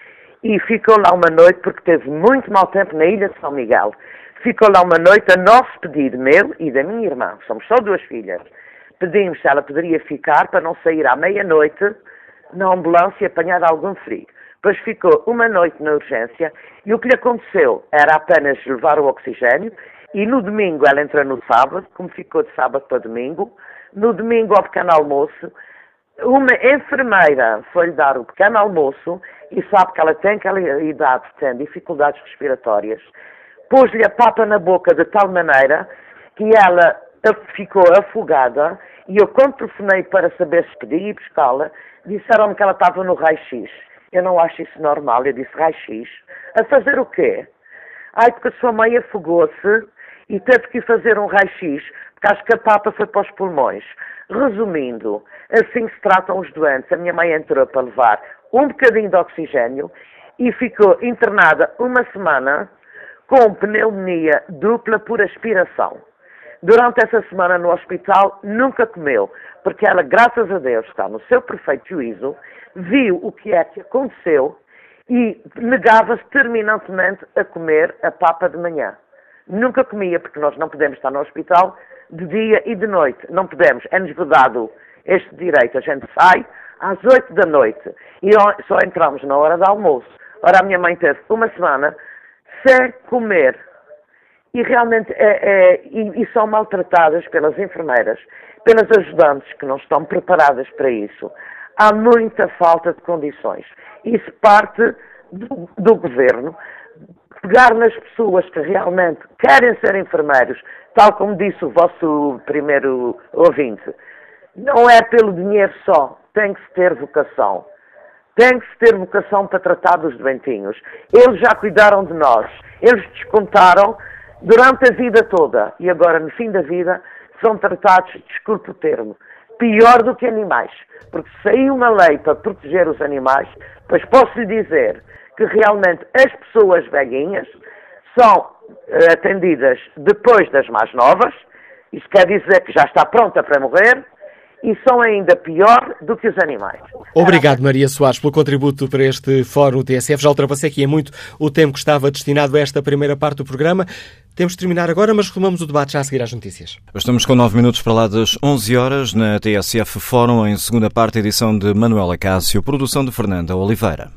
e ficou lá uma noite, porque teve muito mau tempo na Ilha de São Miguel. Ficou lá uma noite a nosso pedido, meu e da minha irmã, somos só duas filhas. Pedimos se ela poderia ficar para não sair à meia-noite na ambulância e apanhar algum frio. Depois ficou uma noite na urgência e o que lhe aconteceu era apenas levar o oxigênio e no domingo ela entrou no sábado, como ficou de sábado para domingo, no domingo ao pequeno almoço, uma enfermeira foi-lhe dar o pequeno almoço e sabe que ela tem aquela idade, tem dificuldades respiratórias, pôs-lhe a papa na boca de tal maneira que ela ficou afogada e eu, quando telefonei para saber se podia ir buscá-la, disseram-me que ela estava no raio-x. Eu não acho isso normal. Eu disse, raio-x? A fazer o quê? Ai, porque a sua mãe afogou-se e teve que ir fazer um raio-x, porque acho que a papa foi para os pulmões. Resumindo, assim se tratam os doentes. A minha mãe entrou para levar um bocadinho de oxigênio e ficou internada uma semana com pneumonia dupla por aspiração. Durante essa semana no hospital nunca comeu, porque ela, graças a Deus, está no seu perfeito juízo, viu o que é que aconteceu e negava-se terminantemente a comer a papa de manhã. Nunca comia, porque nós não podemos estar no hospital de dia e de noite. Não podemos, é-nos vedado este direito. A gente sai às oito da noite e só entramos na hora do almoço. Ora, a minha mãe teve uma semana sem comer. E realmente é, é, e, e são maltratadas pelas enfermeiras, pelas ajudantes que não estão preparadas para isso. Há muita falta de condições. Isso parte do, do governo, pegar nas pessoas que realmente querem ser enfermeiros, tal como disse o vosso primeiro ouvinte. Não é pelo dinheiro só, tem que se ter vocação. Tem que se ter vocação para tratar dos doentinhos. Eles já cuidaram de nós, eles descontaram durante a vida toda e agora, no fim da vida, são tratados, desculpe o termo, pior do que animais. Porque saiu uma lei para proteger os animais, pois posso lhe dizer que realmente as pessoas velhinhas são uh, atendidas depois das mais novas, isso quer dizer que já está pronta para morrer, e são ainda pior do que os animais. Obrigado, Maria Soares, pelo contributo para este Fórum T S F. Já ultrapassei aqui é muito o tempo que estava destinado a esta primeira parte do programa. Temos de terminar agora, mas retomamos o debate já a seguir às notícias. Estamos com nove minutos para lá das onze horas na T S F Fórum, em segunda parte, edição de Manuela Cássio, produção de Fernanda Oliveira.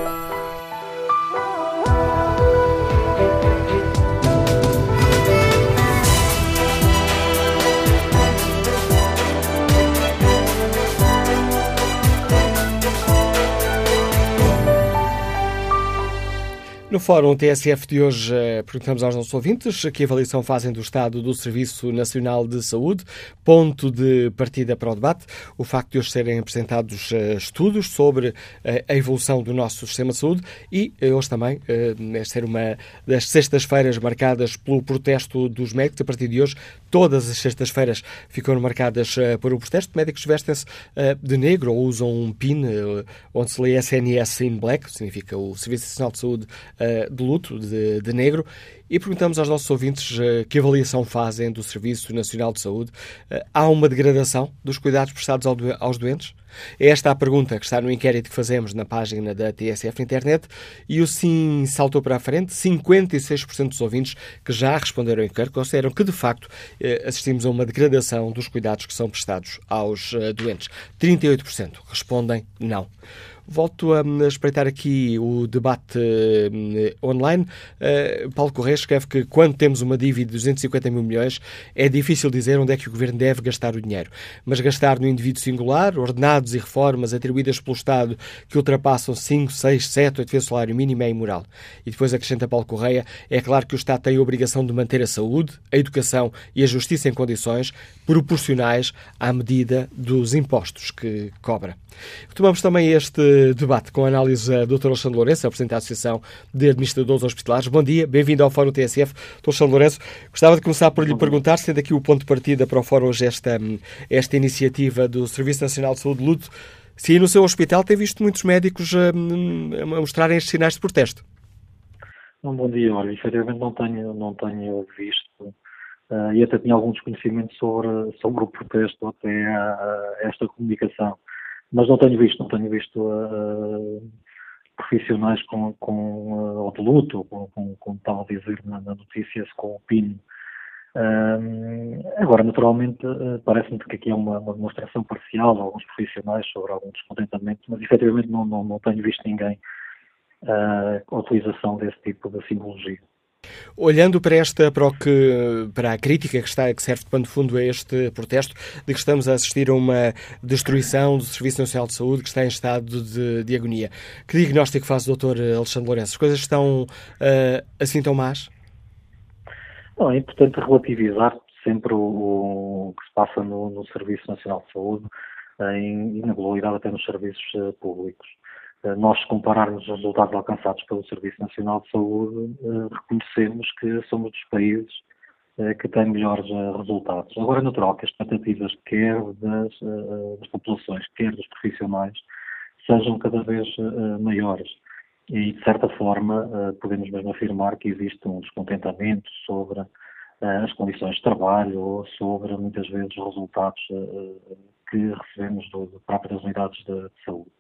No Fórum T S F de hoje, perguntamos aos nossos ouvintes que avaliação fazem do estado do Serviço Nacional de Saúde, ponto de partida para o debate, o facto de hoje serem apresentados estudos sobre a evolução do nosso sistema de saúde e hoje também, esta ser uma das sextas-feiras marcadas pelo protesto dos médicos. A partir de hoje, todas as sextas-feiras ficam marcadas por um protesto. Médicos vestem-se de negro ou usam um pin onde se lê S N S in black, que significa o Serviço Nacional de Saúde de luto, de, de negro, e perguntamos aos nossos ouvintes uh, que avaliação fazem do Serviço Nacional de Saúde. Uh, há uma degradação dos cuidados prestados ao do, aos doentes? É esta a pergunta que está no inquérito que fazemos na página da T S F na internet e o sim saltou para a frente. cinquenta e seis por cento dos ouvintes que já responderam ao inquérito consideram que, de facto, uh, assistimos a uma degradação dos cuidados que são prestados aos uh, doentes. trinta e oito por cento respondem não. Volto a espreitar aqui o debate uh, online. Uh, Paulo Correia Moraes escreve que quando temos uma dívida de duzentos e cinquenta mil milhões é difícil dizer onde é que o Governo deve gastar o dinheiro. Mas gastar no indivíduo singular, ordenados e reformas atribuídas pelo Estado que ultrapassam cinco, seis, sete, oito vezes o salário mínimo é imoral. E depois acrescenta Paulo Correia, é claro que o Estado tem a obrigação de manter a saúde, a educação e a justiça em condições proporcionais à medida dos impostos que cobra. Retomamos também este debate com a análise do doutor Alexandre Lourenço, é o Presidente da Associação de Administradores Hospitalares. Bom dia, bem-vindo ao Fórum T S F. doutor Alexandre Lourenço, gostava de começar por lhe perguntar, sendo aqui o ponto de partida para o Fórum hoje esta, esta iniciativa do Serviço Nacional de Saúde de Luto, se aí no seu hospital tem visto muitos médicos a, a mostrarem estes sinais de protesto. Um bom dia, olha, efetivamente não tenho, não tenho visto uh, e até tinha algum desconhecimento sobre, sobre o protesto até a, a esta comunicação, mas não tenho visto, não tenho visto uh, profissionais com, com uh, ou de luto, com, com, como estava a dizer na, na notícia, com o P I N. Uh, agora, naturalmente, uh, parece-me que aqui é uma, uma demonstração parcial de alguns profissionais sobre algum descontentamento, mas efetivamente não, não, não tenho visto ninguém a utilização desse tipo de simbologia. Olhando para esta, para, o que, para a crítica que, está, que serve de pano de fundo a este protesto, de que estamos a assistir a uma destruição do Serviço Nacional de Saúde que está em estado de, de agonia, que diagnóstico faz o doutor Alexandre Lourenço? As coisas estão uh, assim tão más? Não, é importante relativizar sempre o, o que se passa no, no Serviço Nacional de Saúde em, e na globalidade até nos serviços uh, públicos. Nós, se compararmos os resultados alcançados pelo Serviço Nacional de Saúde, reconhecemos que somos dos países que têm melhores resultados. Agora é natural que as expectativas, quer das, das populações, quer dos profissionais, sejam cada vez maiores. E, de certa forma, podemos mesmo afirmar que existe um descontentamento sobre as condições de trabalho ou sobre, muitas vezes, os resultados que recebemos do próprio das unidades de saúde.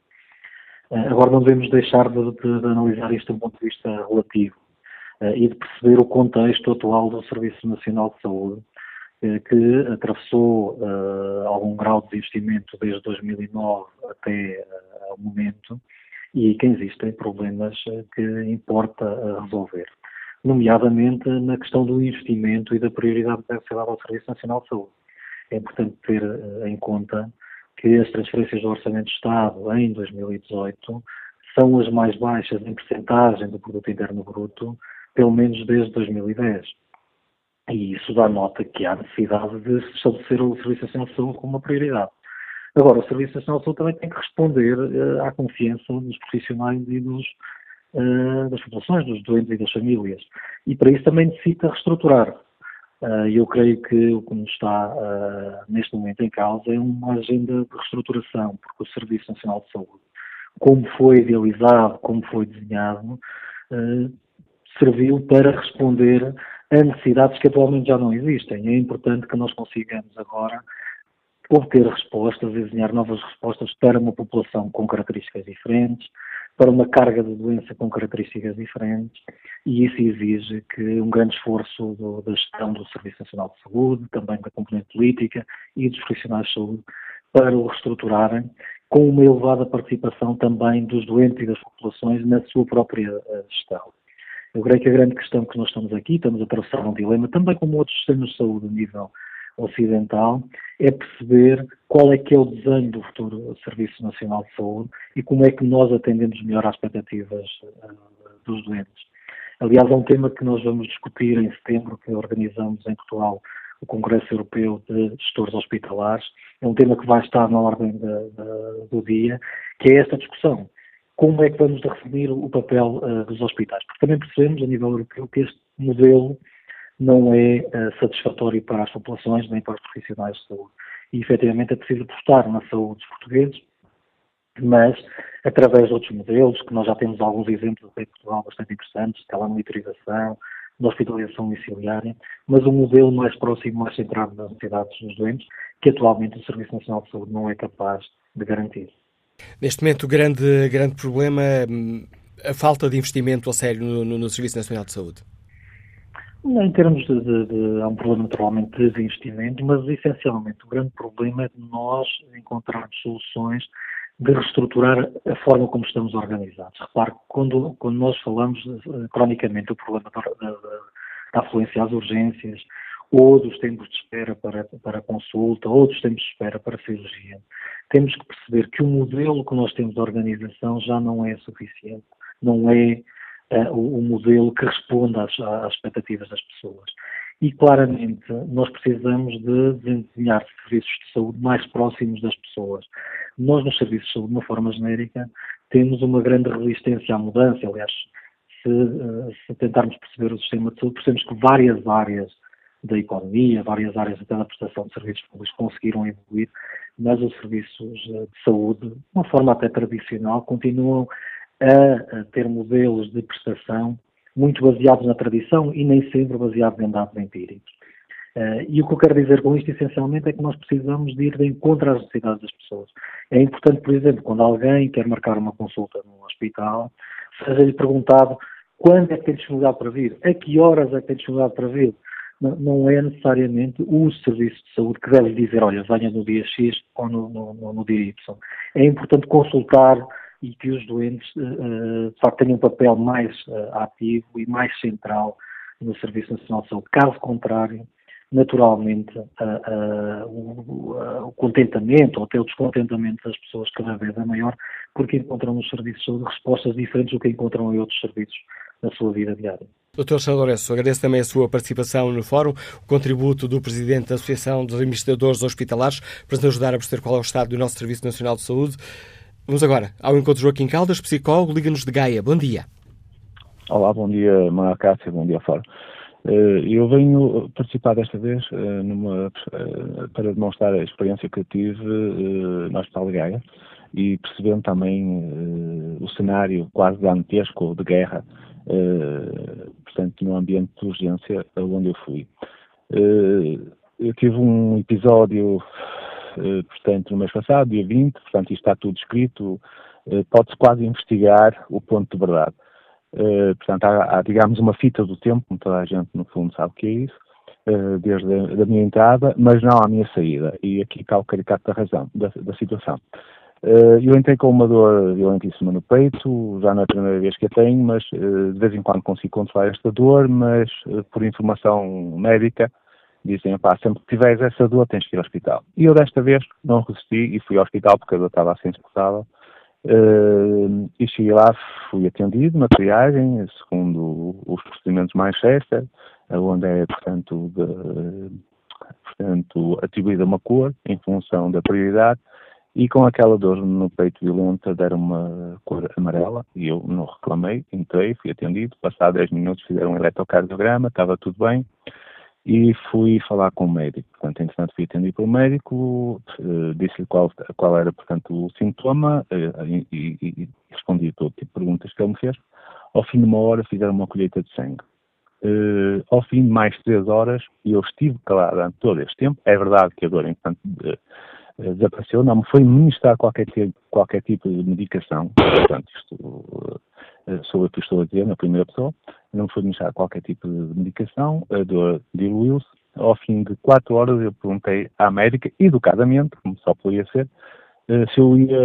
Agora não devemos deixar de, de, de analisar isto de um ponto de vista relativo uh, e de perceber o contexto atual do Serviço Nacional de Saúde, uh, que atravessou uh, algum grau de investimento desde dois mil e nove até uh, ao momento e que existem problemas uh, que importa uh, resolver, nomeadamente na questão do investimento e da prioridade que deve ser dada ao Serviço Nacional de Saúde. É importante ter uh, em conta que as transferências do Orçamento de Estado em dois mil e dezoito são as mais baixas em percentagem do Produto Interno Bruto, pelo menos desde dois mil e dez. E isso dá nota que há necessidade de se estabelecer o Serviço Nacional de Saúde como uma prioridade. Agora, o Serviço Nacional de Saúde também tem que responder uh, à confiança dos profissionais e dos, uh, das populações, dos doentes e das famílias. E para isso também necessita reestruturar. E uh, eu creio que o que nos está uh, neste momento em causa é uma agenda de reestruturação, porque o Serviço Nacional de Saúde, como foi idealizado, como foi desenhado, uh, serviu para responder a necessidades que atualmente já não existem. É importante que nós consigamos agora obter respostas e desenhar novas respostas para uma população com características diferentes, para uma carga de doença com características diferentes, e isso exige que um grande esforço do, da gestão do Serviço Nacional de Saúde, também da componente política e dos profissionais de saúde, para o reestruturarem, com uma elevada participação também dos doentes e das populações na sua própria uh, gestão. Eu creio que a grande questão que nós estamos aqui, estamos a atravessar um dilema, também como outros sistemas de saúde a nível ocidental, é perceber qual é que é o desenho do futuro Serviço Nacional de Saúde e como é que nós atendemos melhor às expectativas uh, dos doentes. Aliás, é um tema que nós vamos discutir em setembro, que organizamos em Portugal o Congresso Europeu de Gestores Hospitalares. É um tema que vai estar na ordem de, de, do dia, que é esta discussão. Como é que vamos definir o papel uh, dos hospitais? Porque também percebemos, a nível europeu, que este modelo não é uh, satisfatório para as populações nem para os profissionais de saúde. E, efetivamente, é preciso apostar na saúde dos portugueses, mas através de outros modelos, que nós já temos alguns exemplos em Portugal bastante interessantes, telemonitorização, de hospitalização domiciliária, mas um modelo mais próximo, mais centrado nas necessidades dos doentes, que atualmente o Serviço Nacional de Saúde não é capaz de garantir. Neste momento, o grande, grande problema é a falta de investimento a sério no, no, no Serviço Nacional de Saúde. Em termos de, de, de... Há um problema, naturalmente, de investimento, mas, essencialmente, o grande problema é de nós encontrarmos soluções de reestruturar a forma como estamos organizados. Repare que quando, quando nós falamos uh, cronicamente do problema da, da, da afluência às urgências, ou dos tempos de espera para, para consulta, ou dos tempos de espera para cirurgia. Temos que perceber que o modelo que nós temos de organização já não é suficiente, não é uh, o, o modelo que responde às, às expectativas das pessoas. E, claramente, nós precisamos de desenhar serviços de saúde mais próximos das pessoas. Nós, nos serviços de saúde, de uma forma genérica, temos uma grande resistência à mudança. Aliás, se, uh, se tentarmos perceber o sistema de saúde, percebemos que várias áreas da economia, várias áreas até da prestação de serviços públicos conseguiram evoluir, mas os serviços de saúde, de uma forma até tradicional, continuam a, a ter modelos de prestação muito baseados na tradição e nem sempre baseados em dados empíricos. Uh, e o que eu quero dizer com isto, essencialmente, é que nós precisamos de ir de encontro às necessidades das pessoas. É importante, por exemplo, quando alguém quer marcar uma consulta num hospital, seja-lhe perguntado quando é que tem disponibilidade para vir, a que horas é que tem disponibilidade para vir. Não é necessariamente o serviço de saúde que deve dizer, olha, venha no dia X ou no, no, no dia Y. É importante consultar e que os doentes, uh, de facto, tenham um papel mais uh, ativo e mais central no Serviço Nacional de Saúde. Caso contrário, naturalmente, uh, uh, o, uh, o contentamento ou até o descontentamento das pessoas cada vez é maior, porque encontram nos serviços de saúde respostas diferentes do que encontram em outros serviços na sua vida diária. doutor Alexandre Lourenço, agradeço também a sua participação no fórum, o contributo do Presidente da Associação dos Administradores Hospitalares para nos ajudar a perceber qual é o estado do nosso Serviço Nacional de Saúde. Vamos agora ao encontro de Joaquim Caldas, psicólogo, liga-nos de Gaia. Bom dia. Olá, bom dia, Manuel Cássio, bom dia, fórum. Eu venho participar desta vez numa, para demonstrar a experiência que eu tive no Hospital de Gaia e percebendo também o cenário quase dantesco de guerra, portanto, no ambiente de urgência onde eu fui. Eu tive um episódio, portanto, no mês passado, dia vinte, portanto, isto está tudo escrito, pode-se quase investigar o ponto de verdade. Uh, portanto, há, há, digamos, uma fita do tempo, como toda a gente, no fundo, sabe o que é isso, uh, desde a da minha entrada, mas não à minha saída. E aqui está o caricato da razão, da, da situação. Uh, eu entrei com uma dor violentíssima no peito, já não é a primeira vez que a tenho, mas uh, de vez em quando consigo controlar esta dor, mas uh, por informação médica, dizem, pá, sempre que tiveres essa dor tens que ir ao hospital. E eu desta vez não resisti e fui ao hospital porque a dor estava assim insuportável. Uh, e cheguei lá, fui atendido na triagem, segundo os procedimentos Manchester, onde é, portanto, de, portanto, atribuída uma cor em função da prioridade, e com aquela dor no peito violenta deram uma cor amarela, e eu não reclamei, entrei, fui atendido, passado dez minutos fizeram um eletrocardiograma, estava tudo bem, e fui falar com o médico. Portanto, entretanto, fui atendido pelo médico, uh, disse-lhe qual, qual era, portanto, o sintoma uh, e, e, e respondi todo tipo de perguntas que ele me fez. Ao fim de uma hora, fizeram uma colheita de sangue. Uh, ao fim de mais três horas, eu estive calado durante todo este tempo. É verdade que a dor, entretanto, uh, uh, desapareceu. Não me foi ministrar qualquer, qualquer tipo de medicação. Portanto, isto... Uh, sobre o que estou a dizer, na primeira pessoa, não foi ministrar qualquer tipo de medicação, a dor diluiu-se. Ao fim de quatro horas eu perguntei à médica, educadamente, como só podia ser, se eu ia,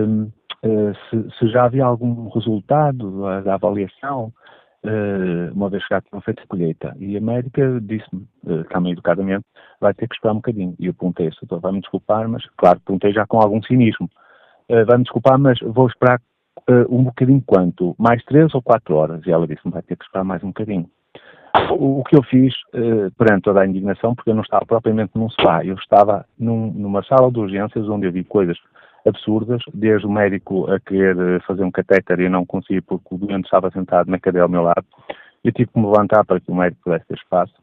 se, se já havia algum resultado da, da avaliação, uma vez que já tinham feito a colheita. E a médica disse-me, também educadamente, vai ter que esperar um bocadinho. E eu perguntei, doutor, vai-me desculpar, mas, claro, perguntei já com algum cinismo, vai-me desculpar, mas vou esperar Uh, um bocadinho quanto? Mais três ou quatro horas? E ela disse-me, vai ter que esperar mais um bocadinho. O, o que eu fiz, uh, perante toda a indignação, porque eu não estava propriamente num spa, eu estava num, numa sala de urgências onde eu vi coisas absurdas, desde o médico a querer fazer um catéter e não consegui porque o doente estava sentado na cadeira ao meu lado. Eu tive que me levantar para que o médico pudesse ter espaço.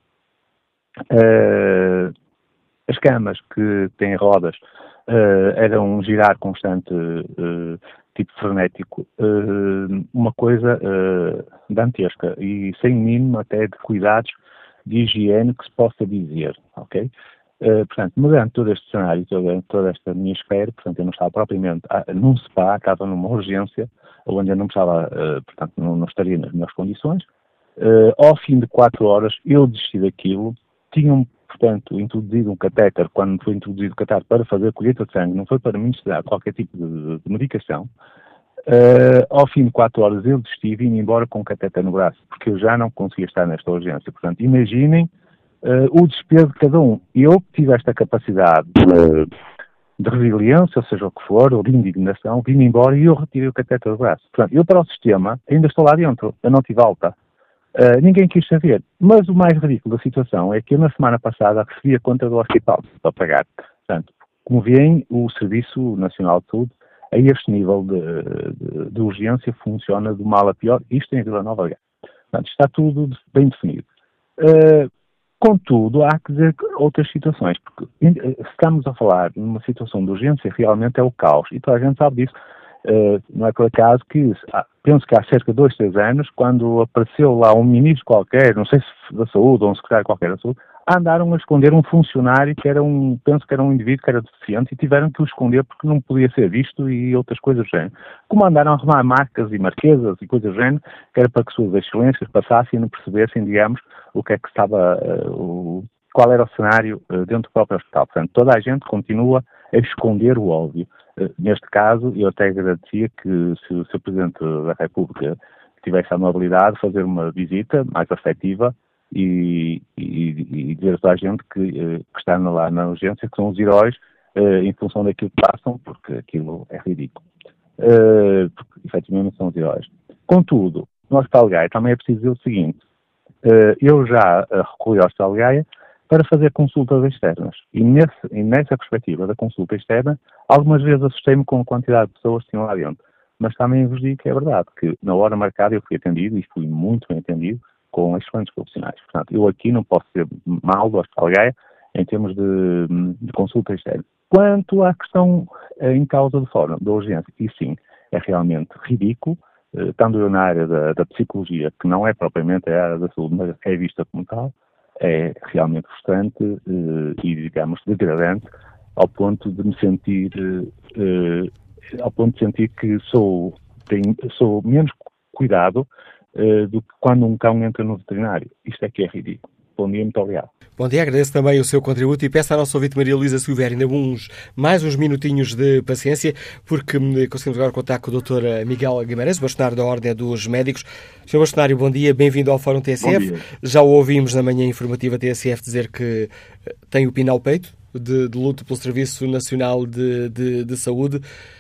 Uh, as camas que têm rodas uh, eram um girar constante, uh, tipo frenético, uh, uma coisa uh, dantesca e sem mínimo até de cuidados de higiene que se possa dizer, ok? Uh, portanto, mediante todo este cenário, toda, toda esta minha esfera, portanto, eu não estava propriamente ah, num spa, estava numa urgência, onde eu não estava, uh, portanto, não, não estaria nas melhores condições. Uh, ao fim de quatro horas, eu desisti daquilo, tinham, portanto, introduzido um catéter, quando foi introduzido o catéter para fazer a colheita de sangue, não foi para ministrar qualquer tipo de, de medicação. Uh, ao fim de quatro horas eu desisti e vim embora com um cateter no braço, porque eu já não conseguia estar nesta urgência. Portanto, imaginem uh, o desespero de cada um. Eu tive esta capacidade de, de resiliência, ou seja o que for, ou de indignação, vim embora e eu retirei o cateter do braço. Portanto, eu para o sistema ainda estou lá dentro, eu não tive alta. Uh, ninguém quis saber. Mas o mais ridículo da situação é que eu na semana passada recebi a conta do hospital para pagar. Portanto, como veem, o Serviço Nacional de Saúde a este nível de, de, de urgência funciona de mal a pior, isto em Vila Nova de Gaia. Portanto, está tudo bem definido. Uh, contudo, há que dizer outras situações, porque se estamos a falar numa situação de urgência, realmente é o caos, e toda a gente sabe disso. Uh, não é por acaso que, ah, penso que há cerca de dois, três anos, quando apareceu lá um ministro qualquer, não sei se da saúde ou um secretário qualquer da saúde, andaram a esconder um funcionário que era um, penso que era um indivíduo que era deficiente e tiveram que o esconder porque não podia ser visto e outras coisas do género. Como andaram a arrumar marcas e marquesas e coisas do género, que era para que suas excelências passassem e não percebessem, digamos, o que é que estava, uh, o, qual era o cenário uh, dentro do próprio hospital. Portanto, toda a gente continua a esconder o óbvio. Uh, neste caso, eu até agradecia que se o senhor Presidente da República tivesse a amabilidade de fazer uma visita mais afetiva E, e, e dizer a toda a gente que, que está lá na urgência, que são os heróis uh, em função daquilo que passam, porque aquilo é ridículo. Uh, porque, efetivamente, são os heróis. Contudo, no Hospital de Gaia também é preciso dizer o seguinte, uh, eu já uh, recorri ao Hospital de Gaia para fazer consultas externas. E, nesse, e nessa perspectiva da consulta externa, algumas vezes assustei-me com a quantidade de pessoas que tinham lá dentro. Mas também vos digo que é verdade, que na hora marcada eu fui atendido, e fui muito bem atendido, com excelentes profissionais. Portanto, eu aqui não posso ser mal do Hospital de Gaia em termos de, de consulta externa. Quanto à questão eh, em causa de fórum, da urgência, e sim, é realmente ridículo, eh, estando eu na área da, da psicologia, que não é propriamente a área da saúde, mas é vista como tal, é realmente frustrante eh, e, digamos, degradante, ao ponto de me sentir, eh, ao ponto de sentir que sou, tenho, sou menos cuidado Uh, do que quando um cão entra no veterinário. Isto é que é ridículo. Bom dia, muito obrigado. Bom dia, agradeço também o seu contributo e peço à nossa ouvinte Maria Luísa Silvério ainda uns, mais uns minutinhos de paciência, porque conseguimos agora contar com o doutor Miguel Guimarães, bastonário da Ordem dos Médicos. senhor Bastonário, bom dia, bem-vindo ao Fórum T S F. Já o ouvimos na manhã informativa T S F dizer que tem o pino ao peito de, de luta pelo Serviço Nacional de, de, de Saúde.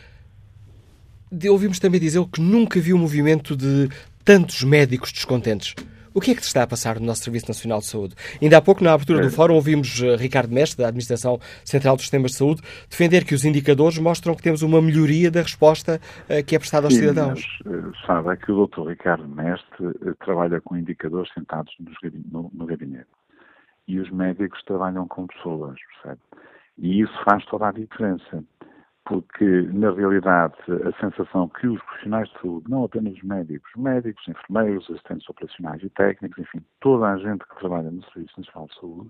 De, ouvimos também dizer que nunca viu um movimento de tantos médicos descontentes. O que é que está a passar no nosso Serviço Nacional de Saúde? Ainda há pouco, na abertura do fórum, ouvimos uh, Ricardo Mestre, da Administração Central dos Sistemas de Saúde, defender que os indicadores mostram que temos uma melhoria da resposta uh, que é prestada aos Sim, cidadãos. Mas, uh, sabe, é que o doutor Ricardo Mestre uh, trabalha com indicadores sentados nos, no, no gabinete. E os médicos trabalham com pessoas, percebe? E isso faz toda a diferença. Porque, na realidade, a sensação que os profissionais de saúde, não apenas os médicos, médicos, enfermeiros, assistentes operacionais e técnicos, enfim, toda a gente que trabalha no Serviço Nacional de Saúde,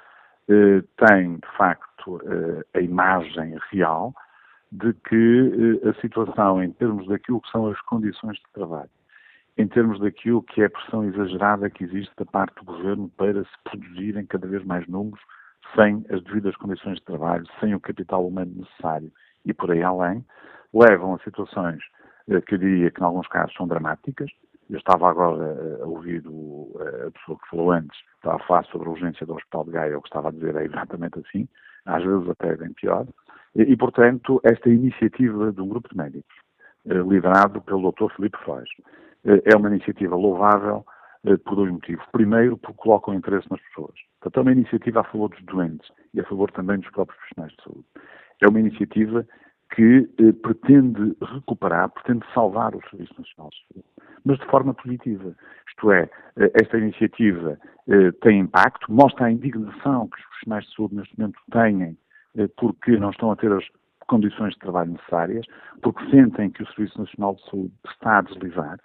eh, tem, de facto, eh, a imagem real de que eh, a situação, em termos daquilo que são as condições de trabalho, em termos daquilo que é a pressão exagerada que existe da parte do Governo para se produzirem cada vez mais números, sem as devidas condições de trabalho, sem o capital humano necessário, e por aí além, levam a situações eh, que eu diria que, em alguns casos, são dramáticas. Eu estava agora a ouvir o, a pessoa que falou antes, estava a falar sobre a urgência do Hospital de Gaia, o que estava a dizer é exatamente assim, às vezes até bem pior. E, e portanto, esta iniciativa de um grupo de médicos, eh, liderado pelo doutor Filipe Foz, eh, é uma iniciativa louvável eh, por dois motivos. Primeiro, porque coloca o interesse nas pessoas. Portanto, é uma iniciativa a favor dos doentes e a favor também dos próprios profissionais de saúde. É uma iniciativa que eh, pretende recuperar, pretende salvar o Serviço Nacional de Saúde, mas de forma positiva. Isto é, eh, esta iniciativa eh, tem impacto, mostra a indignação que os profissionais de saúde neste momento têm eh, porque não estão a ter as condições de trabalho necessárias, porque sentem que o Serviço Nacional de Saúde está a deslizar,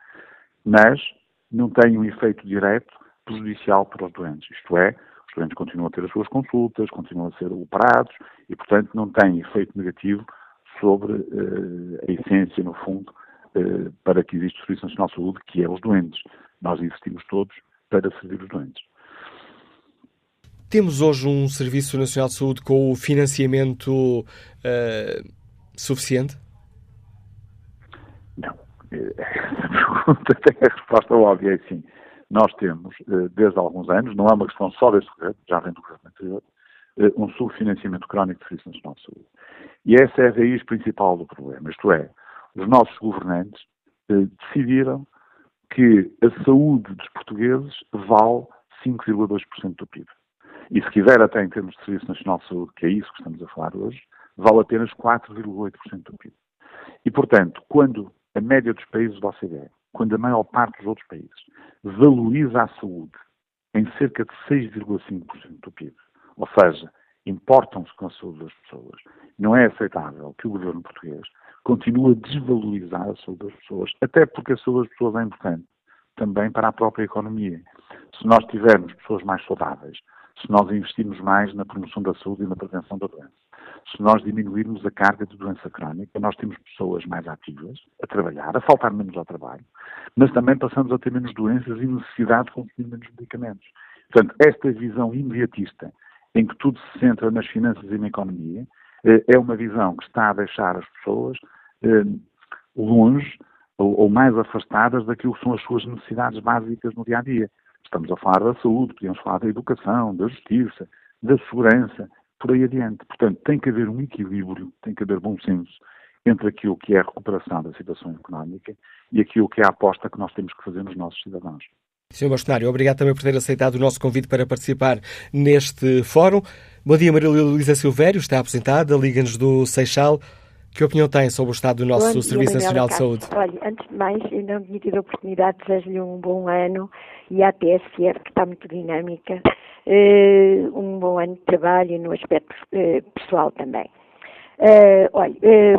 mas não tem um efeito direto prejudicial para os doentes. Isto é, os doentes continuam a ter as suas consultas, continuam a ser operados e, portanto, não tem efeito negativo sobre uh, a essência, no fundo, uh, para que existe o Serviço Nacional de Saúde, que é os doentes. Nós existimos todos para servir os doentes. Temos hoje um Serviço Nacional de Saúde com o financiamento uh, suficiente? Não. essa pergunta tem a resposta óbvia, é sim. Nós temos, desde há alguns anos, não é uma questão só deste governo, já vem do governo anterior, um subfinanciamento crónico do Serviço Nacional de Saúde. E essa é a raiz principal do problema, isto é, os nossos governantes eh, decidiram que a saúde dos portugueses vale cinco vírgula dois por cento do P I B. E se quiser até em termos de Serviço Nacional de Saúde, que é isso que estamos a falar hoje, vale apenas quatro vírgula oito por cento do P I B. E, portanto, quando a média dos países da O C D E, quando a maior parte dos outros países valoriza a saúde em cerca de seis vírgula cinco por cento do P I B, ou seja, importam-se com a saúde das pessoas, não é aceitável que o governo português continue a desvalorizar a saúde das pessoas, até porque a saúde das pessoas é importante também para a própria economia. Se nós tivermos pessoas mais saudáveis, se nós investirmos mais na promoção da saúde e na prevenção da doença, se nós diminuirmos a carga de doença crónica, nós temos pessoas mais ativas a trabalhar, a faltar menos ao trabalho, mas também passamos a ter menos doenças e necessidade de consumir menos medicamentos. Portanto, esta visão imediatista em que tudo se centra nas finanças e na economia, é uma visão que está a deixar as pessoas longe ou mais afastadas daquilo que são as suas necessidades básicas no dia-a-dia. Estamos a falar da saúde, podemos falar da educação, da justiça, da segurança, por aí adiante. Portanto, tem que haver um equilíbrio, tem que haver bom senso entre aquilo que é a recuperação da situação económica e aquilo que é a aposta que nós temos que fazer nos nossos cidadãos. senhor Bastonário, obrigado também por ter aceitado o nosso convite para participar neste fórum. Bom dia, Maria Luísa Silvério, está aposentada, liga-nos do Seixal. Que opinião tem sobre o estado do nosso bom Serviço dia, Nacional de Saúde? Olha, antes de mais, eu não tinha tido a oportunidade de desejar-lhe um bom ano e à T S F, que está muito dinâmica, uh, um bom ano de trabalho no aspecto uh, pessoal também. Uh, olha,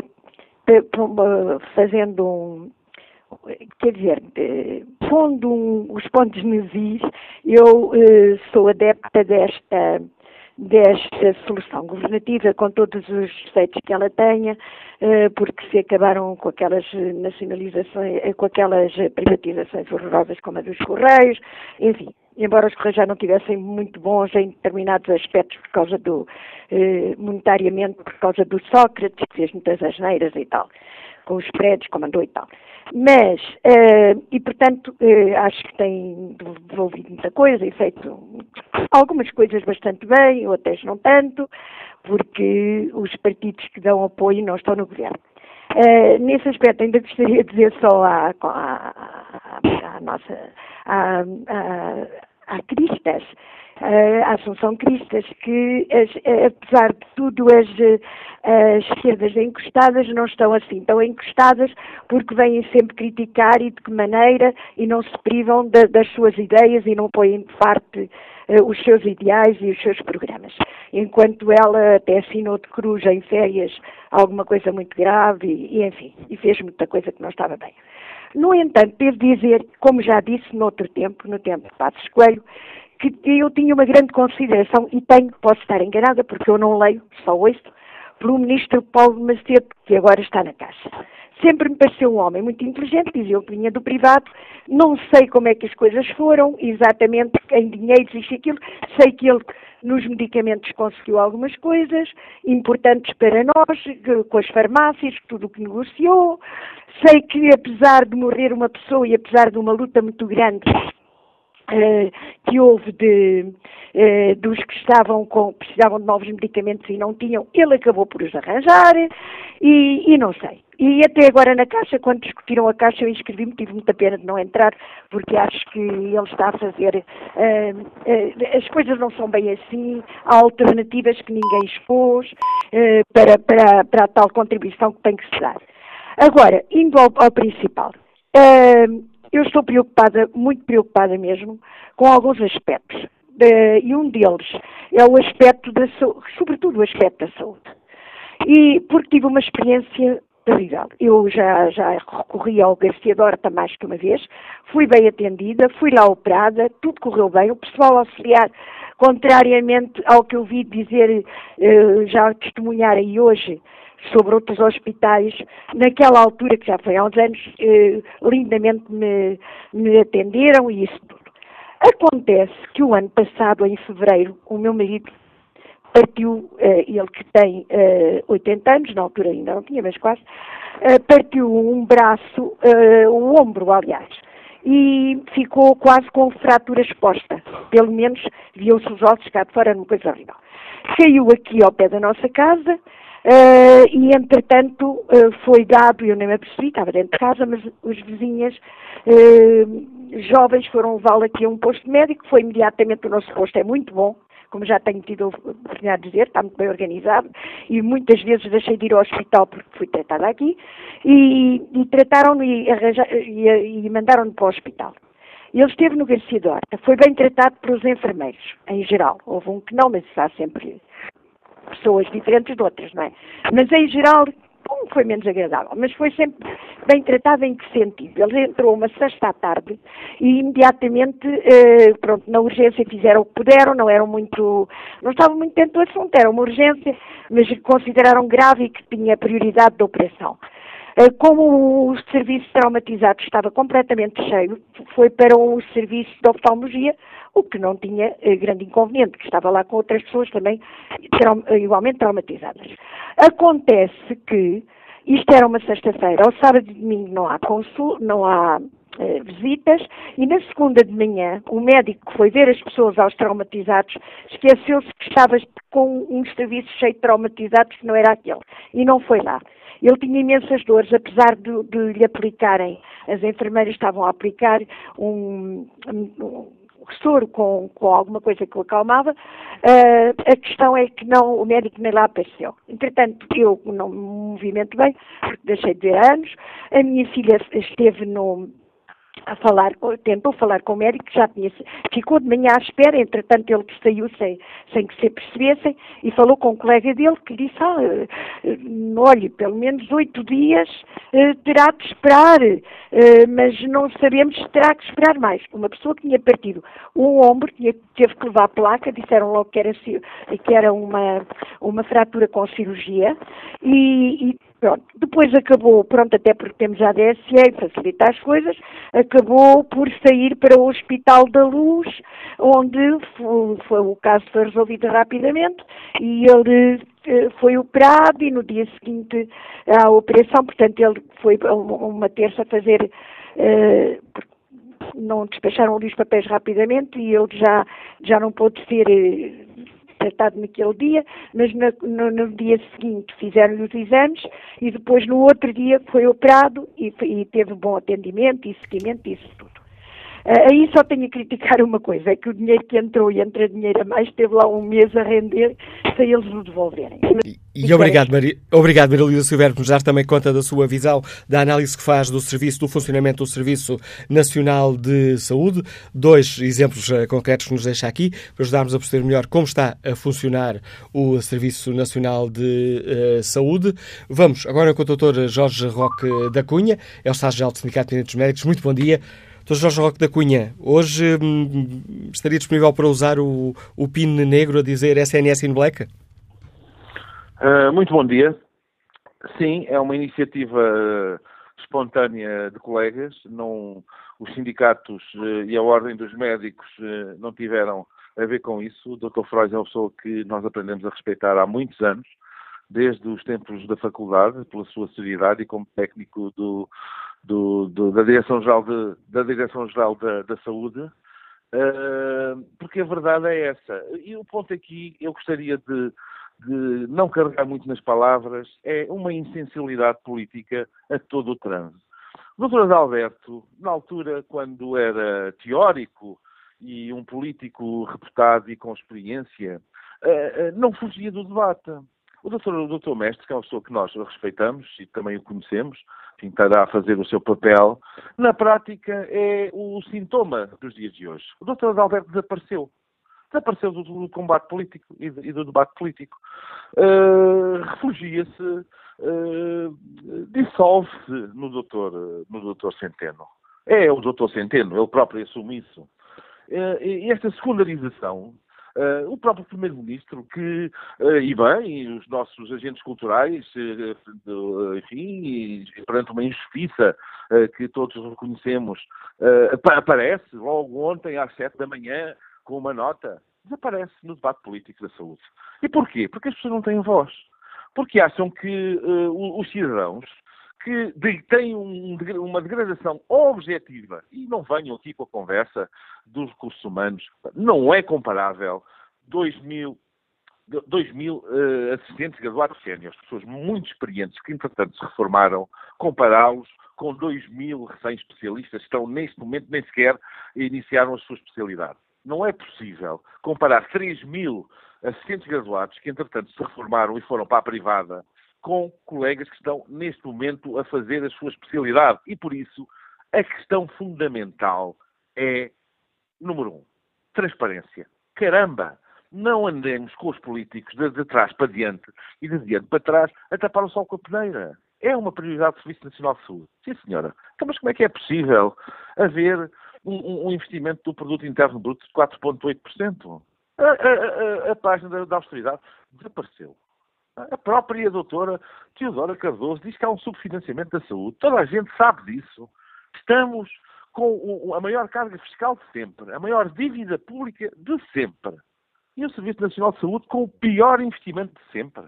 uh, fazendo um Quer dizer, pondo um, os pontos nos is, eu uh, sou adepta desta, desta solução governativa, com todos os defeitos que ela tenha, uh, porque se acabaram com aquelas nacionalizações, com aquelas privatizações horrorosas como a dos Correios, enfim. Embora os Correios já não tivessem muito bons em determinados aspectos por causa do, uh, monetariamente, por causa do Sócrates, que fez muitas asneiras e tal, com os prédios, comandou e tal. Mas, uh, e portanto, uh, acho que tem desenvolvido muita coisa e feito algumas coisas bastante bem, outras não tanto, porque os partidos que dão apoio não estão no governo. Uh, nesse aspecto, ainda gostaria de dizer só à, à, à, à nossa, à, à, à Cristas, a Assunção Cristas, que as, apesar de tudo as, as esquerdas encostadas não estão assim, estão encostadas porque vêm sempre criticar e de que maneira e não se privam de, das suas ideias e não põem de parte uh, os seus ideais e os seus programas. Enquanto ela até assinou de cruz em férias alguma coisa muito grave e, e enfim, e fez muita coisa que não estava bem. No entanto, devo dizer, como já disse noutro tempo, no tempo de Passos Coelho, que eu tinha uma grande consideração, e tenho, posso estar enganada, porque eu não leio, só ouço, pelo ministro Paulo Macedo, que agora está na Caixa. Sempre me pareceu um homem muito inteligente, dizia que vinha do privado, não sei como é que as coisas foram, exatamente em dinheiros e aquilo, sei que ele nos medicamentos conseguiu algumas coisas importantes para nós, com as farmácias, tudo o que negociou, sei que apesar de morrer uma pessoa e apesar de uma luta muito grande, Uh, que houve de, uh, dos que estavam com, precisavam de novos medicamentos e não tinham, ele acabou por os arranjar e, e não sei. E até agora na Caixa, quando discutiram a Caixa, eu inscrevi-me, tive muita pena de não entrar, porque acho que ele está a fazer, uh, uh, as coisas não são bem assim, há alternativas que ninguém expôs uh, para, para, para a tal contribuição que tem que se dar. Agora, indo ao, ao principal, uh, eu estou preocupada, muito preocupada mesmo, com alguns aspectos. Uh, e um deles é o aspecto da saúde, sobretudo o aspecto da saúde. E porque tive uma experiência terrível. Eu já, já recorri ao Garcia de Horta mais que uma vez, fui bem atendida, fui lá operada, tudo correu bem, o pessoal auxiliar, contrariamente ao que eu vi dizer, uh, já testemunhar aí hoje, sobre outros hospitais, naquela altura, que já foi há uns anos, eh, lindamente me, me atenderam e isso tudo. Acontece que o ano passado, em fevereiro, o meu marido partiu, ele que tem oitenta anos, na altura ainda não tinha, mas quase, partiu um braço, um ombro, aliás, e ficou quase com fratura exposta. Pelo menos viam-se os ossos cá de fora, numa coisa horrível. Caiu aqui ao pé da nossa casa e, entretanto, foi dado, eu nem me apercebi, estava dentro de casa, mas os vizinhas jovens foram levá-lo aqui a um posto médico, foi imediatamente, o nosso posto é muito bom, como já tenho tido a oportunidade de dizer, está muito bem organizado, e muitas vezes deixei de ir ao hospital porque fui tratada aqui, e, e trataram-no e, e, e mandaram-no para o hospital. Ele esteve no Garcia de Horta, foi bem tratado pelos enfermeiros, em geral. Houve um que não, mas há sempre pessoas diferentes de outras, não é? Mas em geral, um foi menos agradável, mas foi sempre bem tratado. Em que sentido? Ele entrou uma sexta à tarde e imediatamente, eh, pronto, na urgência fizeram o que puderam, não eram muito, não estavam muito dentro do assunto, era uma urgência, mas consideraram grave e que tinha prioridade da operação. Como o serviço de traumatizados estava completamente cheio, foi para o serviço de oftalmologia, o que não tinha grande inconveniente, que estava lá com outras pessoas também igualmente traumatizadas. Acontece que isto era uma sexta-feira, ao sábado e domingo não há consul, não há eh, visitas, e na segunda de manhã o médico que foi ver as pessoas aos traumatizados esqueceu-se que estava com um serviço cheio de traumatizados que não era aquele, e não foi lá. Ele tinha imensas dores, apesar de, de lhe aplicarem, as enfermeiras estavam a aplicar um, um soro com, com alguma coisa que o acalmava. Uh, a questão é que não, o médico nem lá apareceu. Entretanto, eu não me movimento bem, porque deixei de ver há anos. A minha filha esteve no... a falar, tentou falar com o médico, que já tinha, ficou de manhã à espera, entretanto ele saiu sem, sem que se percebessem, e falou com um colega dele que disse, ah, olhe, pelo menos oito dias eh, terá de esperar, eh, mas não sabemos se terá que esperar mais. Uma pessoa que tinha partido um ombro, tinha, teve que levar a placa, disseram logo que era, que era uma, uma fratura com cirurgia, e, e pronto, depois acabou, pronto, até porque temos a A D S E e facilitar as coisas, acabou por sair para o Hospital da Luz, onde foi, foi, o caso foi resolvido rapidamente, e ele eh, foi operado, e no dia seguinte à operação, portanto ele foi uma terça fazer, eh, não despacharam ali os papéis rapidamente, e ele já, já não pôde ser eh, tratado naquele dia, mas no, no, no dia seguinte fizeram-lhe os exames, e depois no outro dia foi operado e, e teve bom atendimento e seguimento e isso tudo. Uh, aí só tenho a criticar uma coisa, é que o dinheiro que entrou e entra dinheiro a mais, esteve lá um mês a render sem eles o devolverem. E, e obrigado, Maria, obrigado, Maria Luísa Silvério, por nos dar também conta da sua visão, da análise que faz do serviço, do funcionamento do Serviço Nacional de Saúde. Dois exemplos uh, concretos que nos deixa aqui, para ajudarmos a perceber melhor como está a funcionar o Serviço Nacional de uh, Saúde. Vamos agora com o doutor Jorge Roque da Cunha, é o Estado-Geral do Sindicato de Peritos Médicos. Muito bom dia. doutor Jorge Roque da Cunha, hoje hum, estaria disponível para usar o, o P I N negro a dizer S N S in Black? Uh, muito bom dia. Sim, é uma iniciativa espontânea de colegas. Não, os sindicatos uh, e a Ordem dos Médicos uh, não tiveram a ver com isso. O doutor Frois é uma pessoa que nós aprendemos a respeitar há muitos anos, desde os tempos da faculdade, pela sua seriedade e como técnico do Do, do, da Direção-Geral de, da, Direção-Geral da, da Saúde, uh, porque a verdade é essa. E o ponto aqui, eu gostaria de, de não carregar muito nas palavras, é uma insensibilidade política a todo o trânsito. O doutor Adalberto, na altura, quando era teórico e um político reputado e com experiência, uh, uh, não fugia do debate. O doutor, o doutor Mestre, que é uma pessoa que nós respeitamos e também o conhecemos, enfim, estará a fazer o seu papel, na prática é o sintoma dos dias de hoje. O doutor Adalberto desapareceu. Desapareceu do, do combate político e, de, e do debate político. Uh, refugia-se, uh, dissolve-se no doutor, no doutor Centeno. É o doutor Centeno, ele próprio assume isso. Uh, e esta secundarização, Uh, o próprio Primeiro-Ministro, que, uh, e bem, os nossos agentes culturais, uh, uh, enfim, e, perante uma injustiça uh, que todos reconhecemos, uh, aparece logo ontem às sete da manhã com uma nota desaparece no debate político da saúde. E porquê? Porque as pessoas não têm voz. Porque acham que uh, os cidadãos que têm um, uma degradação objetiva, e não venham aqui com a conversa dos recursos humanos, não é comparável dois mil, dois mil uh, assistentes graduados séniores, pessoas muito experientes que, entretanto, se reformaram, compará-los com dois mil recém-especialistas que estão, neste momento, nem sequer iniciaram a sua especialidade. Não é possível comparar três mil assistentes graduados que, entretanto, se reformaram e foram para a privada com colegas que estão, neste momento, a fazer a sua especialidade. E, por isso, a questão fundamental é, número um, transparência. Caramba! Não andemos com os políticos de, de trás para diante e de diante para trás a tapar o sol com a peneira. É uma prioridade do Serviço Nacional de Saúde. Sim, senhora. Então, mas como é que é possível haver um, um investimento do produto interno bruto de quatro vírgula oito por cento? A, a, a, a página da, da austeridade desapareceu. A própria doutora Teodora Cardoso diz que há um subfinanciamento da saúde. Toda a gente sabe disso. Estamos com o, a maior carga fiscal de sempre, a maior dívida pública de sempre. E o Serviço Nacional de Saúde com o pior investimento de sempre.